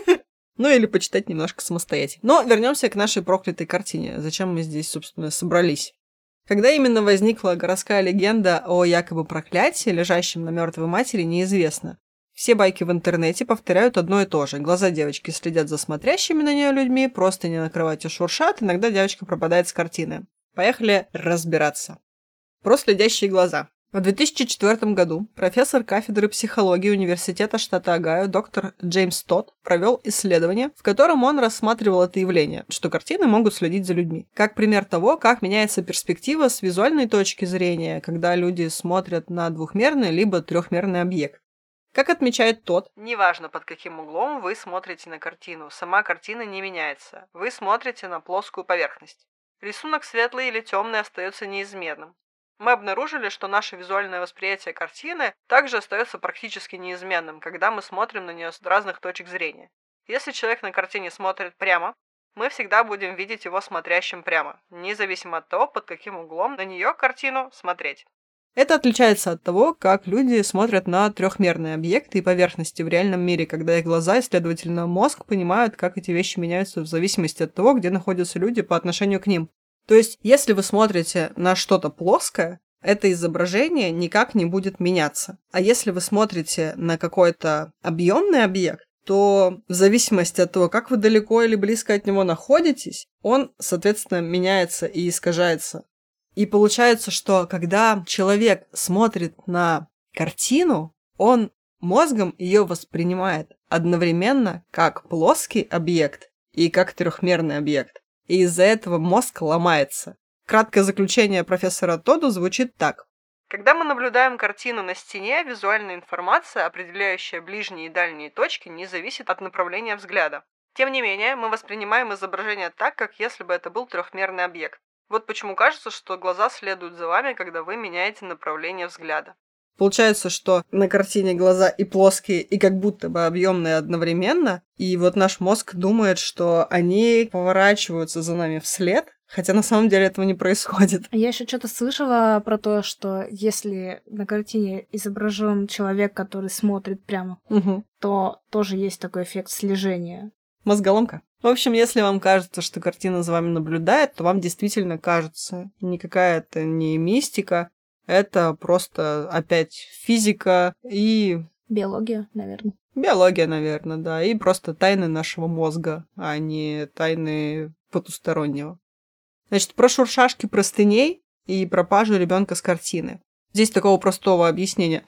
Ну или почитать немножко самостоятельно. Но вернемся к нашей проклятой картине. Зачем мы здесь, собственно, собрались? Когда именно возникла городская легенда о якобы проклятии, лежащем на мертвой матери, неизвестно. Все байки в интернете повторяют одно и то же. Глаза девочки следят за смотрящими на нее людьми, просто не на кровати шуршат, иногда девочка пропадает с картины. Поехали разбираться. Про следящие глаза. В 2004 году профессор кафедры психологии Университета штата Огайо доктор Джеймс Тодд провел исследование, в котором он рассматривал это явление, что картины могут следить за людьми. Как пример того, как меняется перспектива с визуальной точки зрения, когда люди смотрят на двухмерный либо трехмерный объект. Как отмечает Тодд, неважно под каким углом вы смотрите на картину, сама картина не меняется. Вы смотрите на плоскую поверхность. Рисунок светлый или темный остается неизменным. Мы обнаружили, что наше визуальное восприятие картины также остается практически неизменным, когда мы смотрим на нее с разных точек зрения. Если человек на картине смотрит прямо, мы всегда будем видеть его смотрящим прямо, независимо от того, под каким углом на нее, картину, смотреть. Это отличается от того, как люди смотрят на трехмерные объекты и поверхности в реальном мире, когда их глаза и, следовательно, мозг понимают, как эти вещи меняются в зависимости от того, где находятся люди по отношению к ним. То есть, если вы смотрите на что-то плоское, это изображение никак не будет меняться. А если вы смотрите на какой-то объемный объект, то в зависимости от того, как вы далеко или близко от него находитесь, он, соответственно, меняется и искажается. И получается, что когда человек смотрит на картину, он мозгом ее воспринимает одновременно как плоский объект и как трехмерный объект. И из-за этого мозг ломается. Краткое заключение профессора Тодда звучит так. Когда мы наблюдаем картину на стене, визуальная информация, определяющая ближние и дальние точки, не зависит от направления взгляда. Тем не менее, мы воспринимаем изображение так, как если бы это был трехмерный объект. Вот почему кажется, что глаза следуют за вами, когда вы меняете направление взгляда. Получается, что на картине глаза и плоские, и как будто бы объемные одновременно, и вот наш мозг думает, что они поворачиваются за нами вслед, хотя на самом деле этого не происходит. Я еще что-то слышала про то, что если на картине изображен человек, который смотрит прямо, то тоже есть такой эффект слежения. Мозголомка. В общем, если вам кажется, что картина за вами наблюдает, то вам действительно кажется. Никакая это не мистика, это просто опять физика и... Биология, наверное. Биология, наверное, да. И просто тайны нашего мозга, а не тайны потустороннего. Значит, про шуршашки простыней и пропажу ребенка с картины. Здесь такого простого объяснения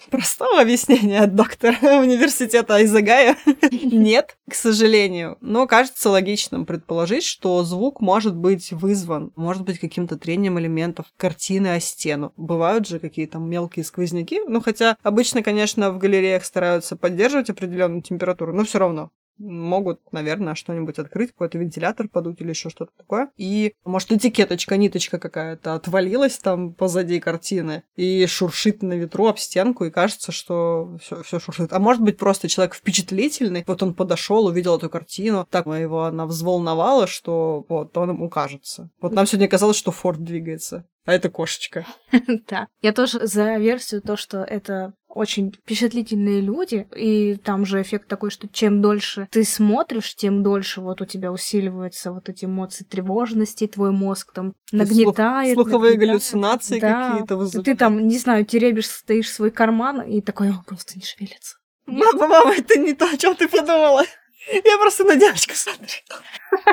от доктора университета Айзагая нет, к сожалению. Но кажется логичным предположить, что звук может быть вызван, может быть, каким-то трением элементов картины о стену. Бывают же какие-то мелкие сквозняки. Ну, хотя обычно, конечно, в галереях стараются поддерживать определенную температуру, но все равно. Могут, наверное, что-нибудь открыть, какой-то вентилятор подуть или еще что-то такое. И, может, этикеточка, ниточка какая-то отвалилась там позади картины и шуршит на ветру об стенку, и кажется, что все шуршит. А может быть, просто человек впечатлительный, вот он подошел, увидел эту картину, так его она взволновала, что вот он ему кажется. Вот нам сегодня казалось, что Форд двигается, а это кошечка. Да. Я тоже за версию то, что это очень впечатлительные люди, и там же эффект такой, что чем дольше ты смотришь, тем дольше вот у тебя усиливаются вот эти эмоции тревожности, твой мозг там нагнетает. Слуховые галлюцинации какие-то вызывают. Ты там, не знаю, теребишь, стоишь в свой карман, и такой, он просто не шевелится. Мама, это не то, о чем ты подумала. Я просто на девочку смотрела.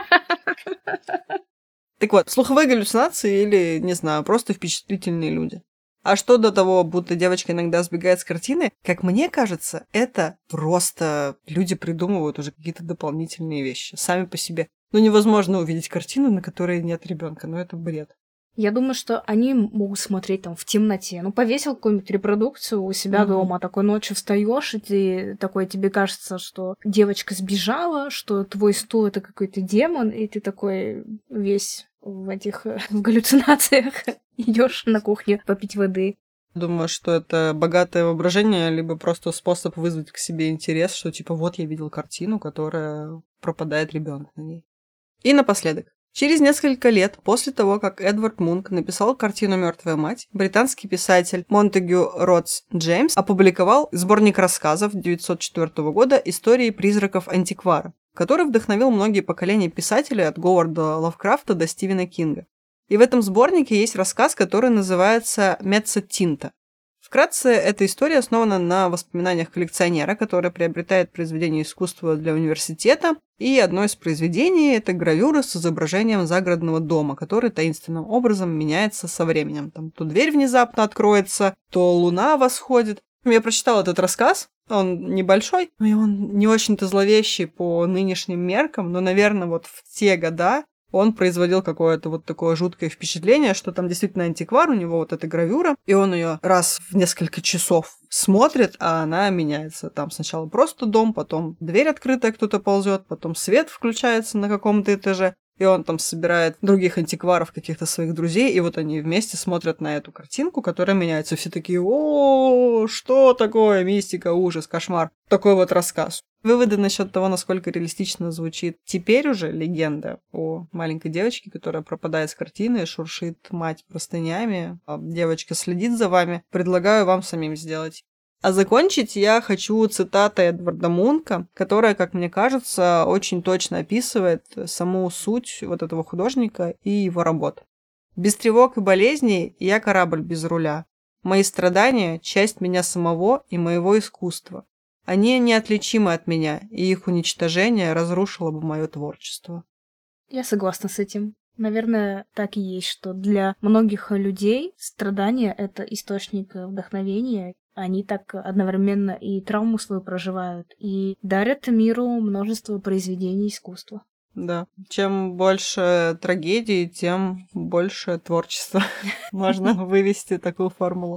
Так вот, слуховые галлюцинации или, не знаю, просто впечатлительные люди. А что до того, будто девочка иногда сбегает с картины, как мне кажется, это просто люди придумывают уже какие-то дополнительные вещи сами по себе. Ну, невозможно увидеть картину, на которой нет ребенка, но это бред. Я думаю, что они могут смотреть там в темноте. Ну, повесил какую-нибудь репродукцию у себя дома, а такой ночью встаешь, и ты такой, тебе кажется, что девочка сбежала, что твой стул — это какой-то демон, и ты такой весь в этих в галлюцинациях идешь на кухню попить воды. Думаю, что это богатое воображение, либо просто способ вызвать к себе интерес, что типа вот я видел картину, которая пропадает ребенок на ней. И напоследок. Через несколько лет после того, как Эдвард Мунк написал картину «Мертвая мать», британский писатель Монтегю Ротс Джеймс опубликовал сборник рассказов 1904 года «Истории призраков антиквара», который вдохновил многие поколения писателей от Говарда Лавкрафта до Стивена Кинга. И в этом сборнике есть рассказ, который называется «Меццо Тинта». Вкратце, эта история основана на воспоминаниях коллекционера, который приобретает произведение искусства для университета, и одно из произведений – это гравюра с изображением загородного дома, который таинственным образом меняется со временем. Там то дверь внезапно откроется, то луна восходит. Я прочитала этот рассказ, он небольшой, и он не очень-то зловещий по нынешним меркам, но, наверное, вот в те года он производил какое-то вот такое жуткое впечатление, что там действительно антиквар, у него вот эта гравюра, и он ее раз в несколько часов смотрит, а она меняется. Там сначала просто дом, потом дверь открытая, кто-то ползет, потом свет включается на каком-то этаже, и он там собирает других антикваров, каких-то своих друзей, и вот они вместе смотрят на эту картинку, которая меняется. Все такие: «О, что такое? Мистика, ужас, кошмар». Такой вот рассказ. Выводы насчет того, насколько реалистично звучит теперь уже легенда о маленькой девочке, которая пропадает с картины, шуршит мать простынями, а девочка следит за вами, предлагаю вам самим сделать. А закончить я хочу цитатой Эдварда Мунка, которая, как мне кажется, очень точно описывает саму суть вот этого художника и его работ. «Без тревог и болезней я корабль без руля. Мои страдания – часть меня самого и моего искусства. Они неотличимы от меня, и их уничтожение разрушило бы мое творчество». Я согласна с этим. Наверное, так и есть, что для многих людей страдания — это источник вдохновения. Они так одновременно и травму свою проживают, и дарят миру множество произведений искусства. Да. Чем больше трагедий, тем больше творчества. Можно вывести такую формулу.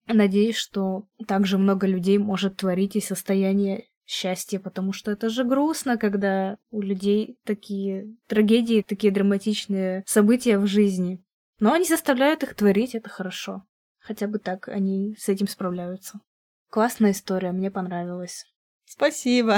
Надеюсь, что также много людей может творить из состояния счастья, потому что это же грустно, когда у людей такие трагедии, такие драматичные события в жизни. Но они заставляют их творить, это хорошо. Хотя бы так они с этим справляются. Классная история, мне понравилась. Спасибо.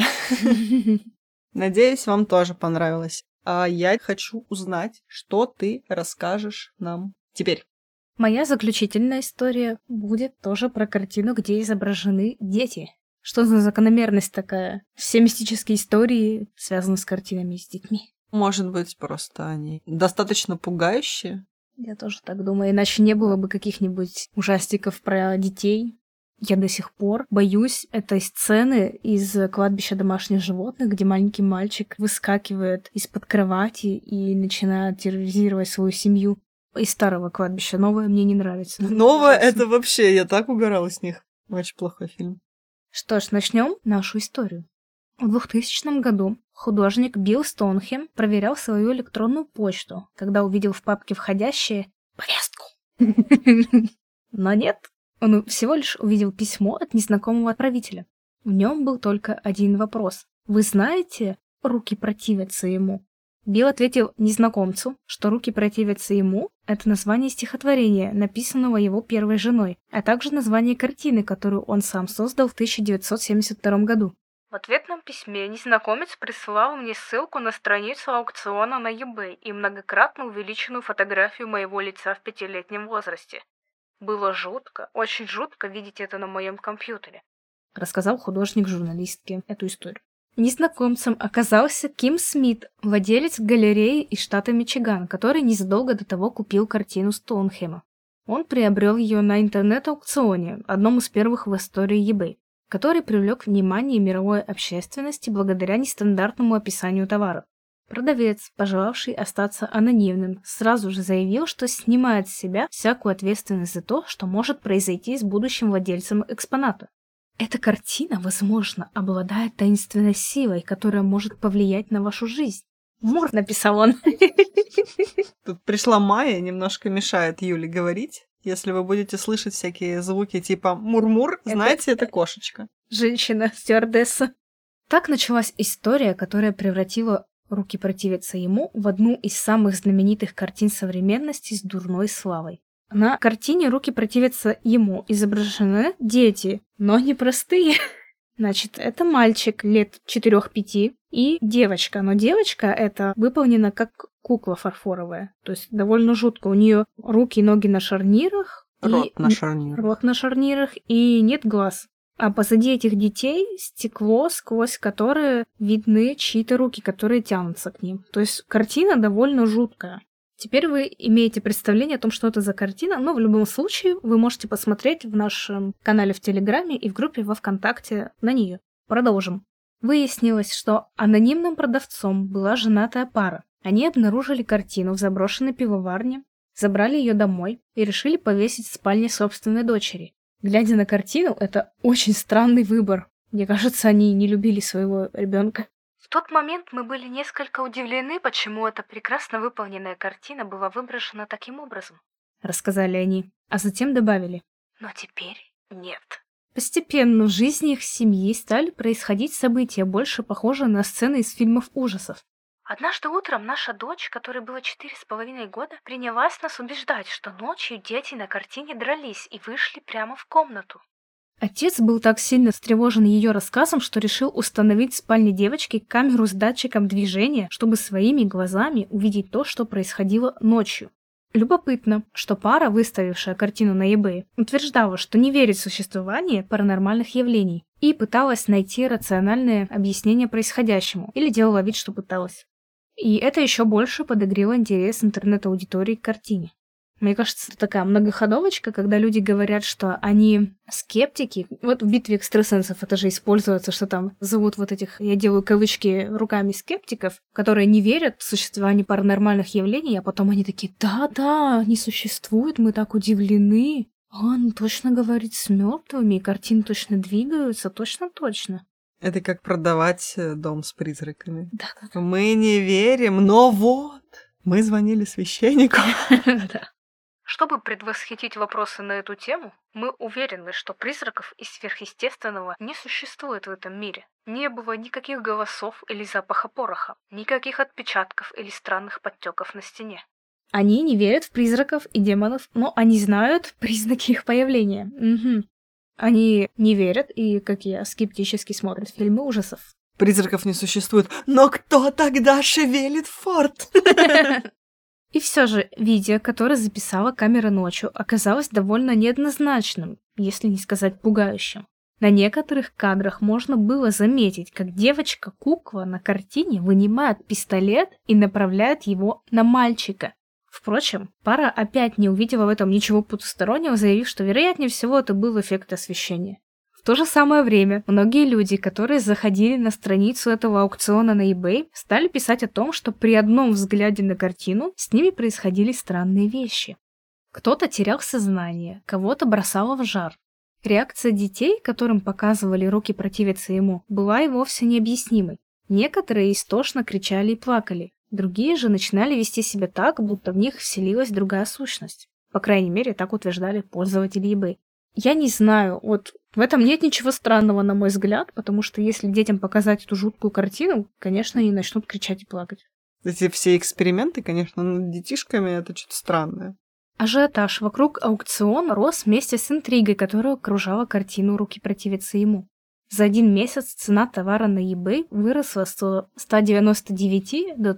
Надеюсь, вам тоже понравилось. А я хочу узнать, что ты расскажешь нам теперь. Моя заключительная история будет тоже про картину, где изображены дети. Что за закономерность такая? Все мистические истории связаны с картинами с детьми. Может быть, просто они достаточно пугающие? Я тоже так думаю, иначе не было бы каких-нибудь ужастиков про детей. Я до сих пор боюсь этой сцены из «Кладбища домашних животных», где маленький мальчик выскакивает из-под кровати и начинает терроризировать свою семью. Из старого «Кладбища». Новое мне не нравится. Новое — это вообще, я так угорала с них. Очень плохой фильм. Что ж, начнем нашу историю. В 2000 году художник Билл Стоунхем проверял свою электронную почту, когда увидел в папке входящее повестку. Но нет, он всего лишь увидел письмо от незнакомого отправителя. В нем был только один вопрос. «Вы знаете, руки противятся ему?» Билл ответил незнакомцу, что «Руки противятся ему» — это название стихотворения, написанного его первой женой, а также название картины, которую он сам создал в 1972 году. В ответном письме незнакомец присылал мне ссылку на страницу аукциона на eBay и многократно увеличенную фотографию моего лица в 5-летнем возрасте. Было жутко, очень жутко видеть это на моем компьютере, рассказал художник журналистке эту историю. Незнакомцем оказался Ким Смит, владелец галереи из штата Мичиган, который незадолго до того купил картину Стоунхема. Он приобрел ее на интернет-аукционе, одном из первых в истории eBay, который привлек внимание мировой общественности благодаря нестандартному описанию товара. Продавец, пожелавший остаться анонимным, сразу же заявил, что снимает с себя всякую ответственность за то, что может произойти с будущим владельцем экспоната. Эта картина, возможно, обладает таинственной силой, которая может повлиять на вашу жизнь. Мур, написал он. Тут пришла Майя, немножко мешает Юле говорить. Если вы будете слышать всякие звуки типа мур-мур, знаете, это кошечка. Женщина-стюардесса. Так началась история, которая превратила «Руки противятся ему» в одну из самых знаменитых картин современности с дурной славой. На картине «Руки противятся ему» изображены дети, но не простые. Значит, это мальчик лет 4-5 и девочка. Но девочка эта выполнена как кукла фарфоровая. То есть довольно жутко. У нее руки и ноги на шарнирах. Рот на шарнирах. Рот на шарнирах и нет глаз. А позади этих детей стекло, сквозь которое видны чьи-то руки, которые тянутся к ним. То есть картина довольно жуткая. Теперь вы имеете представление о том, что это за картина, но в любом случае вы можете посмотреть в нашем канале в Телеграме и в группе во ВКонтакте на нее. Продолжим. Выяснилось, что анонимным продавцом была женатая пара. Они обнаружили картину в заброшенной пивоварне, забрали ее домой и решили повесить в спальне собственной дочери. Глядя на картину, это очень странный выбор. Мне кажется, они не любили своего ребенка. В тот момент мы были несколько удивлены, почему эта прекрасно выполненная картина была выброшена таким образом, рассказали они, а затем добавили: но теперь нет. Постепенно в жизни их семьи стали происходить события, больше похожие на сцены из фильмов ужасов. Однажды утром наша дочь, которой было 4,5 года, принялась нас убеждать, что ночью дети на картине дрались и вышли прямо в комнату. Отец был так сильно встревожен ее рассказом, что решил установить в спальне девочки камеру с датчиком движения, чтобы своими глазами увидеть то, что происходило ночью. Любопытно, что пара, выставившая картину на eBay, утверждала, что не верит в существование паранормальных явлений и пыталась найти рациональное объяснение происходящему, или делала вид, что пыталась. И это еще больше подогрело интерес интернет-аудитории к картине. Мне кажется, это такая многоходовочка, когда люди говорят, что они скептики. Вот в «Битве экстрасенсов» это же используется, что там зовут вот этих, я делаю кавычки руками, скептиков, которые не верят в существование паранормальных явлений, а потом они такие: да, они существуют, мы так удивлены. Он точно говорит с мертвыми, картины точно двигаются, точно. Это как продавать дом с призраками. Да. Мы не верим, но вот мы звонили священнику. Да. Чтобы предвосхитить вопросы на эту тему, мы уверены, что призраков и сверхъестественного не существует в этом мире. Не было никаких голосов или запаха пороха, никаких отпечатков или странных подтеков на стене. Они не верят в призраков и демонов, но они знают признаки их появления. Угу. Они не верят и, как я, скептически смотрят фильмы ужасов. Призраков не существует, но кто тогда шевелит форт? И все же видео, которое записала камера ночью, оказалось довольно неоднозначным, если не сказать пугающим. На некоторых кадрах можно было заметить, как девочка-кукла на картине вынимает пистолет и направляет его на мальчика. Впрочем, пара опять не увидела в этом ничего потустороннего, заявив, что вероятнее всего это был эффект освещения. В то же самое время многие люди, которые заходили на страницу этого аукциона на eBay, стали писать о том, что при одном взгляде на картину с ними происходили странные вещи. Кто-то терял сознание, кого-то бросало в жар. Реакция детей, которым показывали руки противиться ему, была и вовсе необъяснимой. Некоторые истошно кричали и плакали, другие же начинали вести себя так, будто в них вселилась другая сущность. По крайней мере, так утверждали пользователи eBay. Я не знаю, вот в этом нет ничего странного, на мой взгляд, потому что если детям показать эту жуткую картину, конечно, они начнут кричать и плакать. Эти все эксперименты, конечно, над детишками, это что-то странное. Ажиотаж вокруг аукциона рос вместе с интригой, которая окружала картину «Руки противятся ему». За один месяц цена товара на eBay выросла с 199 до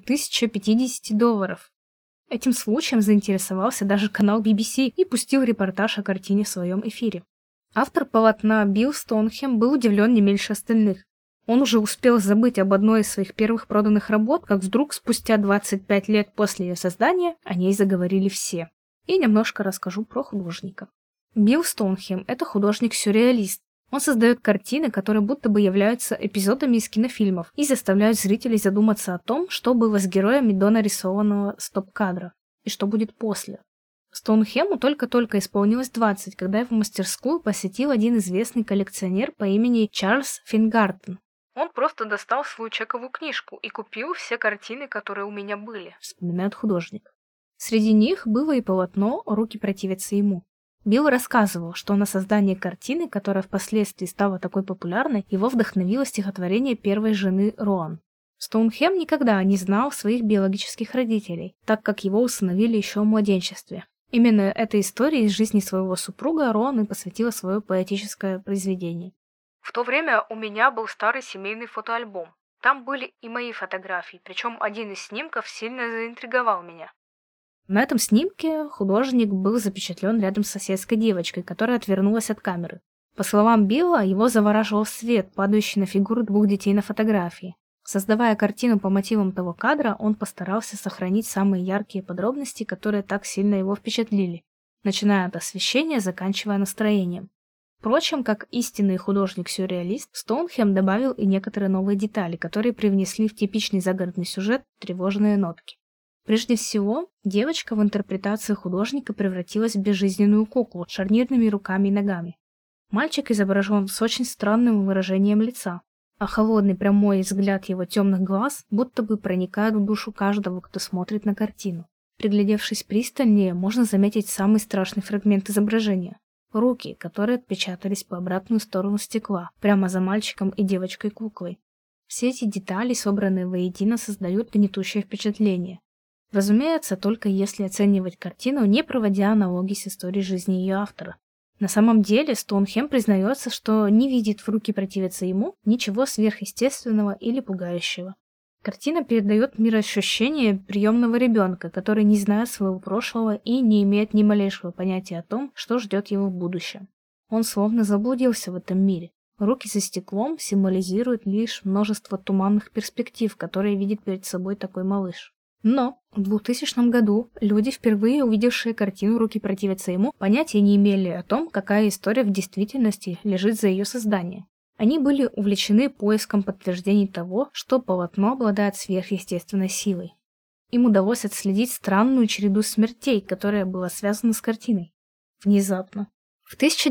$1050. Этим случаем заинтересовался даже канал BBC и пустил репортаж о картине в своем эфире. Автор полотна Билл Стоунхем был удивлен не меньше остальных. Он уже успел забыть об одной из своих первых проданных работ, как вдруг спустя 25 лет после ее создания о ней заговорили все. И немножко расскажу про художника. Билл Стоунхем – это художник-сюрреалист. Он создает картины, которые будто бы являются эпизодами из кинофильмов и заставляют зрителей задуматься о том, что было с героями до нарисованного стоп-кадра и что будет после. Стоунхему только-только исполнилось 20, когда его мастерскую посетил один известный коллекционер по имени Чарльз Фингартен. Он просто достал свою чековую книжку и купил все картины, которые у меня были, вспоминает художник. Среди них было и полотно «Руки противятся ему». Билл рассказывал, что на создание картины, которая впоследствии стала такой популярной, его вдохновило стихотворение первой жены Роан. Стоунхем никогда не знал своих биологических родителей, так как его усыновили еще в младенчестве. Именно этой истории из жизни своего супруга Роан и посвятила свое поэтическое произведение. В то время у меня был старый семейный фотоальбом. Там были и мои фотографии, причем один из снимков сильно заинтриговал меня. На этом снимке художник был запечатлен рядом с соседской девочкой, которая отвернулась от камеры. По словам Билла, его завораживал свет, падающий на фигуры двух детей на фотографии. Создавая картину по мотивам того кадра, он постарался сохранить самые яркие подробности, которые так сильно его впечатлили, начиная от освещения, заканчивая настроением. Впрочем, как истинный художник-сюрреалист, Стоунхем добавил и некоторые новые детали, которые привнесли в типичный загородный сюжет тревожные нотки. Прежде всего, девочка в интерпретации художника превратилась в безжизненную куклу с шарнирными руками и ногами. Мальчик изображен с очень странным выражением лица, а холодный прямой взгляд его темных глаз будто бы проникает в душу каждого, кто смотрит на картину. Приглядевшись пристальнее, можно заметить самый страшный фрагмент изображения – руки, которые отпечатались по обратную сторону стекла, прямо за мальчиком и девочкой-куклой. Все эти детали, собранные воедино, создают гнетущее впечатление. Разумеется, только если оценивать картину, не проводя аналогии с историей жизни ее автора. На самом деле, Стоунхем признается, что не видит в «Руки противятся ему» ничего сверхъестественного или пугающего. Картина передает мироощущение приемного ребенка, который не знает своего прошлого и не имеет ни малейшего понятия о том, что ждет его в будущем. Он словно заблудился в этом мире. Руки за стеклом символизируют лишь множество туманных перспектив, которые видит перед собой такой малыш. Но в 2000 году люди, впервые увидевшие картину «Руки противятся ему», понятия не имели о том, какая история в действительности лежит за ее создание. Они были увлечены поиском подтверждений того, что полотно обладает сверхъестественной силой. Им удалось отследить странную череду смертей, которая была связана с картиной. Внезапно. В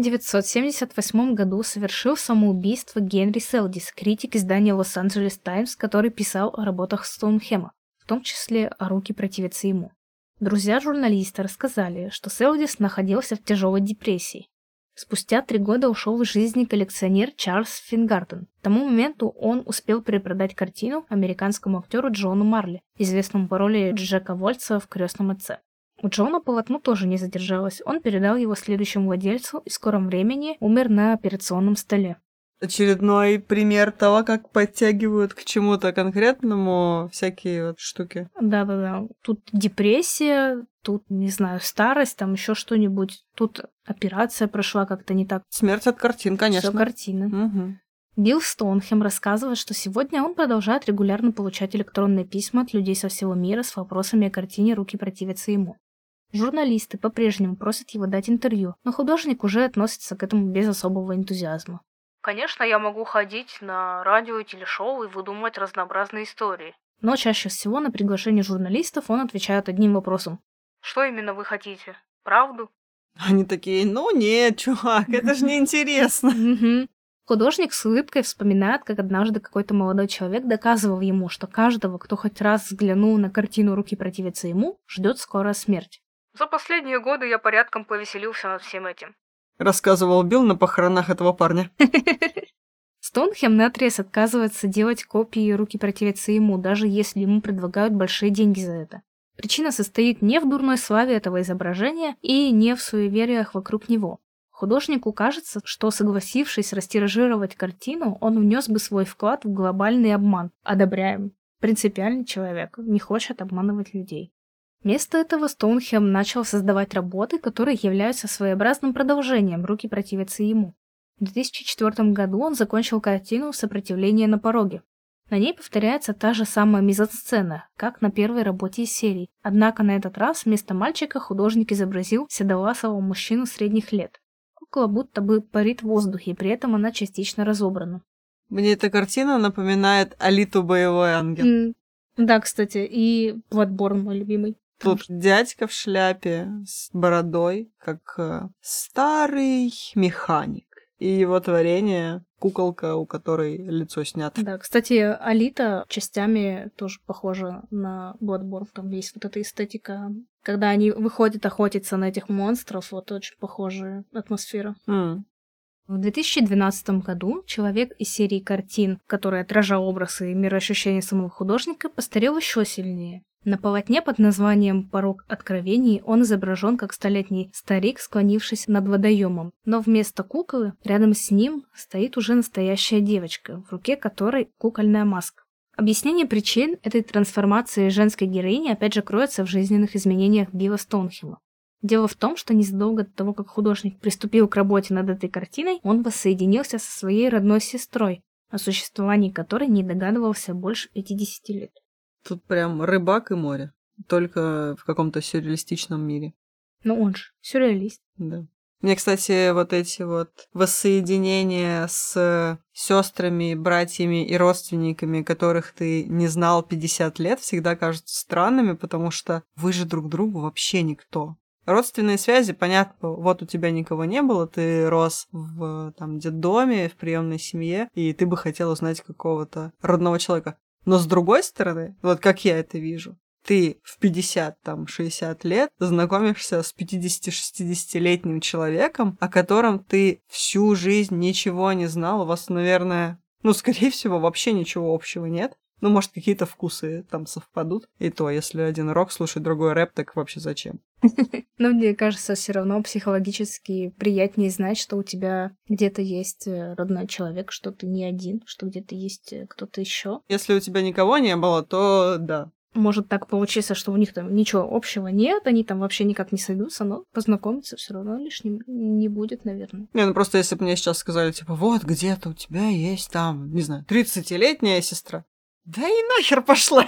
1978 году совершил самоубийство Генри Селдис, критик издания Los Angeles Times, который писал о работах Стоунхема, в том числе о «Руки противятся ему». Друзья журналиста рассказали, что Селдис находился в тяжелой депрессии. Спустя 3 года ушел из жизни коллекционер Чарльз Фингартен. К тому моменту он успел перепродать картину американскому актеру Джону Марли, известному по роли Джека Вольца в «Крестном отце». У Джона полотно тоже не задержалось, он передал его следующему владельцу и в скором времени умер на операционном столе. Очередной пример того, как подтягивают к чему-то конкретному всякие вот штуки. Да-да-да. Тут депрессия, тут, не знаю, старость, там еще что-нибудь. Тут операция прошла как-то не так. Смерть от картин, конечно. Все картины. Угу. Билл Стоунхем рассказывает, что сегодня он продолжает регулярно получать электронные письма от людей со всего мира с вопросами о картине «Руки противятся ему». Журналисты по-прежнему просят его дать интервью, но художник уже относится к этому без особого энтузиазма. Конечно, я могу ходить на радио и телешоу и выдумывать разнообразные истории. Но чаще всего на приглашение журналистов он отвечает одним вопросом. Что именно вы хотите? Правду? Они такие, ну нет, чувак, это же неинтересно. Художник с улыбкой вспоминает, как однажды какой-то молодой человек доказывал ему, что каждого, кто хоть раз взглянул на картину «Руки противятся ему», ждет скорая смерть. За последние годы я порядком повеселился над всем этим. Рассказывал Билл на похоронах этого парня. Стоунхем наотрез отказывается делать копии «Руки противятся ему», даже если ему предлагают большие деньги за это. Причина состоит не в дурной славе этого изображения и не в суевериях вокруг него. Художнику кажется, что, согласившись растиражировать картину, он внес бы свой вклад в глобальный обман. Одобряем. Принципиальный человек, не хочет обманывать людей. Вместо этого Стоунхем начал создавать работы, которые являются своеобразным продолжением «Руки противятся ему». В 2004 году он закончил картину «Сопротивление на пороге». На ней повторяется та же самая мизансцена, как на первой работе из серии, однако на этот раз вместо мальчика художник изобразил седовласого мужчину средних лет. Кукла будто бы парит в воздухе, при этом она частично разобрана. Мне эта картина напоминает Алиту «Боевой ангел». Да, кстати, и Bloodborne мой любимый. Тут дядька в шляпе с бородой, как старый механик. И его творение — куколка, у которой лицо снято. Да, кстати, Алита частями тоже похожа на Bloodborne. Там есть вот эта эстетика. Когда они выходят охотиться на этих монстров, вот очень похожая атмосфера. В 2012 году человек из серии картин, который отражал образы и мироощущения самого художника, постарел еще сильнее. На полотне под названием «Порог откровений» он изображен как столетний старик, склонившись над водоемом. Но вместо куклы рядом с ним стоит уже настоящая девочка, в руке которой кукольная маска. Объяснение причин этой трансформации женской героини опять же кроется в жизненных изменениях Билла Стоунхема. Дело в том, что незадолго до того, как художник приступил к работе над этой картиной, он воссоединился со своей родной сестрой, о существовании которой не догадывался больше 50 лет. Тут прям рыбак и море. Только в каком-то сюрреалистичном мире. Ну он же сюрреалист. Да. Мне, кстати, вот эти вот воссоединения с сестрами, братьями и родственниками, которых ты не знал 50 лет, всегда кажутся странными, потому что вы же друг другу вообще никто. Родственные связи, понятно, вот у тебя никого не было, ты рос в детдоме, в приемной семье, и ты бы хотел узнать какого-то родного человека. Но с другой стороны, вот как я это вижу, ты в 50-60 лет знакомишься с 50-60-летним человеком, о котором ты всю жизнь ничего не знал, у вас, наверное, скорее всего, вообще ничего общего нет. Может, какие-то вкусы там совпадут. И то, если один рок слушает, другой рэп, так вообще зачем? Мне кажется, все равно психологически приятнее знать, что у тебя где-то есть родной человек, что ты не один, что где-то есть кто-то еще. Если у тебя никого не было, то да. Может так получиться, что у них там ничего общего нет, они там вообще никак не сойдутся, но познакомиться все равно лишним не будет, наверное. Просто если бы мне сейчас сказали, вот где-то у тебя есть там, не знаю, 30-летняя сестра. Да и нахер пошла.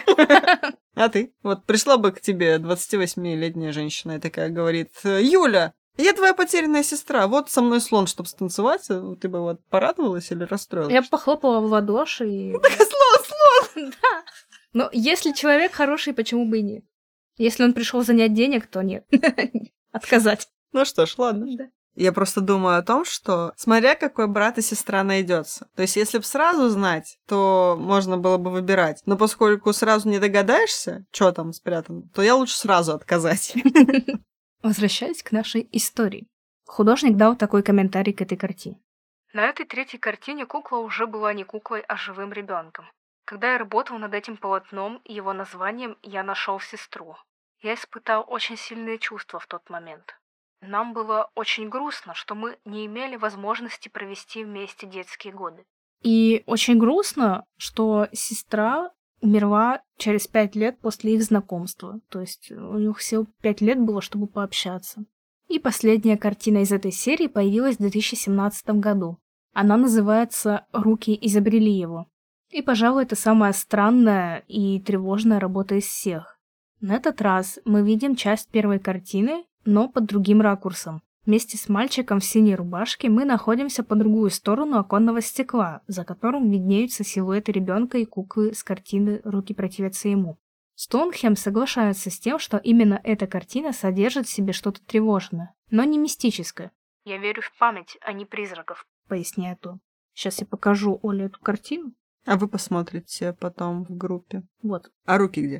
А ты? Вот пришла бы к тебе 28-летняя женщина и такая говорит: Юля, я твоя потерянная сестра, вот со мной слон, чтобы станцевать. Ты бы порадовалась или расстроилась? Я похлопала в ладоши и... Так слон! Да. Но если человек хороший, почему бы и нет? Если он пришел занять денег, то нет. Отказать. Ну что ж, ладно. Да. Я просто думаю о том, что смотря какой брат и сестра найдется. То есть, если бы сразу знать, то можно было бы выбирать. Но поскольку сразу не догадаешься, что там спрятано, то я лучше сразу отказать. Возвращаясь к нашей истории. Художник дал такой комментарий к этой картине. На этой третьей картине кукла уже была не куклой, а живым ребенком. Когда я работал над этим полотном и его названием, я нашел сестру. Я испытал очень сильные чувства в тот момент. Нам было очень грустно, что мы не имели возможности провести вместе детские годы. И очень грустно, что сестра умерла через 5 лет после их знакомства. То есть у них всего 5 лет было, чтобы пообщаться. И последняя картина из этой серии появилась в 2017 году. Она называется «Руки изобрели его». И, пожалуй, это самая странная и тревожная работа из всех. На этот раз мы видим часть первой картины, но под другим ракурсом. Вместе с мальчиком в синей рубашке мы находимся по другую сторону оконного стекла, за которым виднеются силуэты ребенка и куклы с картины «Руки противятся ему». Стоунхем соглашается с тем, что именно эта картина содержит в себе что-то тревожное, но не мистическое. «Я верю в память, а не призраков», — поясняет он. Сейчас я покажу Оле эту картину. А вы посмотрите потом в группе. Вот. А руки где?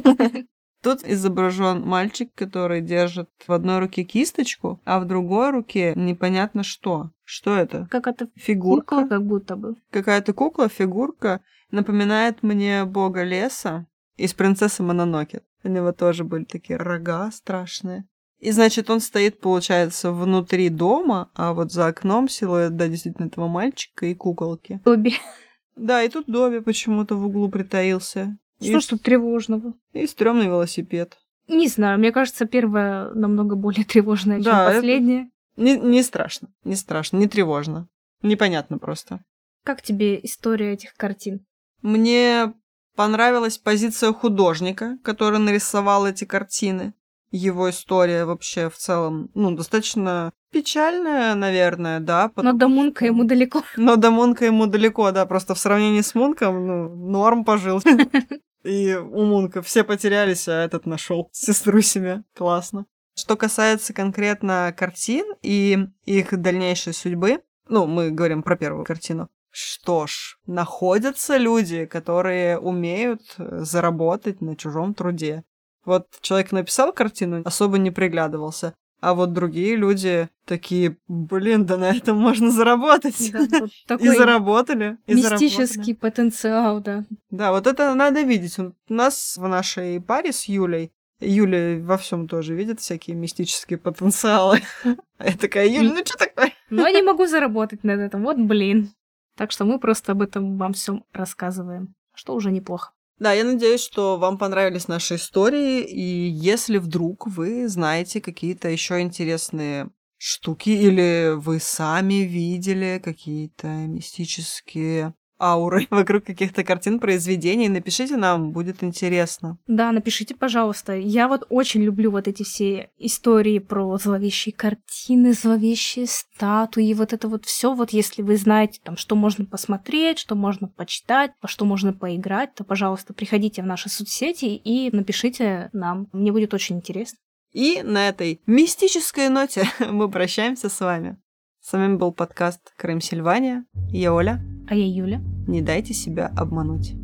Тут изображен мальчик, который держит в одной руке кисточку, а в другой руке непонятно что. Что это? Какая-то Фигурка? кукла, как будто бы. Какая-то кукла, фигурка. Напоминает мне бога леса из принцессы Мононоке. У него тоже были такие рога страшные. И, значит, он стоит, получается, внутри дома, а вот за окном силуэт, да, действительно, этого мальчика и куколки. Добби. Да, и тут Добби почему-то в углу притаился. Что ж тут тревожного? И стрёмный велосипед. Не знаю, мне кажется, первая намного более тревожная, чем Да, последняя. Не страшно, не тревожно. Непонятно просто. Как тебе история этих картин? Мне понравилась позиция художника, который нарисовал эти картины. Его история вообще в целом, достаточно печальная, наверное, да. Но до Мунка ему далеко. Но до Мунка ему далеко, да. Просто в сравнении с Мунком, норм пожил. И у Мунка все потерялись, а этот нашел сестру себе. Классно. Что касается конкретно картин и их дальнейшей судьбы, мы говорим про первую картину. Что ж, находятся люди, которые умеют заработать на чужом труде. Вот человек написал картину, особо не приглядывался. А вот другие люди такие, да на этом можно заработать. Да, вот такой и заработали. мистический потенциал, да. Да, вот это надо видеть. У нас в нашей паре с Юлей, Юля во всем тоже видит всякие мистические потенциалы. А я такая, Юля, что такое? Но я не могу заработать над этим, вот блин. Так что мы просто об этом вам всем рассказываем, что уже неплохо. Да, я надеюсь, что вам понравились наши истории, и если вдруг вы знаете какие-то еще интересные штуки, или вы сами видели какие-то мистические ауры вокруг каких-то картин, произведений, напишите нам, будет интересно. Да, напишите, пожалуйста. Я вот очень люблю вот эти все истории про зловещие картины, зловещие статуи, вот это вот все. Вот если вы знаете, там, что можно посмотреть, что можно почитать, во что можно поиграть, то, пожалуйста, приходите в наши соцсети и напишите нам. Мне будет очень интересно. И на этой мистической ноте мы прощаемся с вами. С вами был подкаст «Крым Сильвания». Я Оля. А я Юля. Не дайте себя обмануть.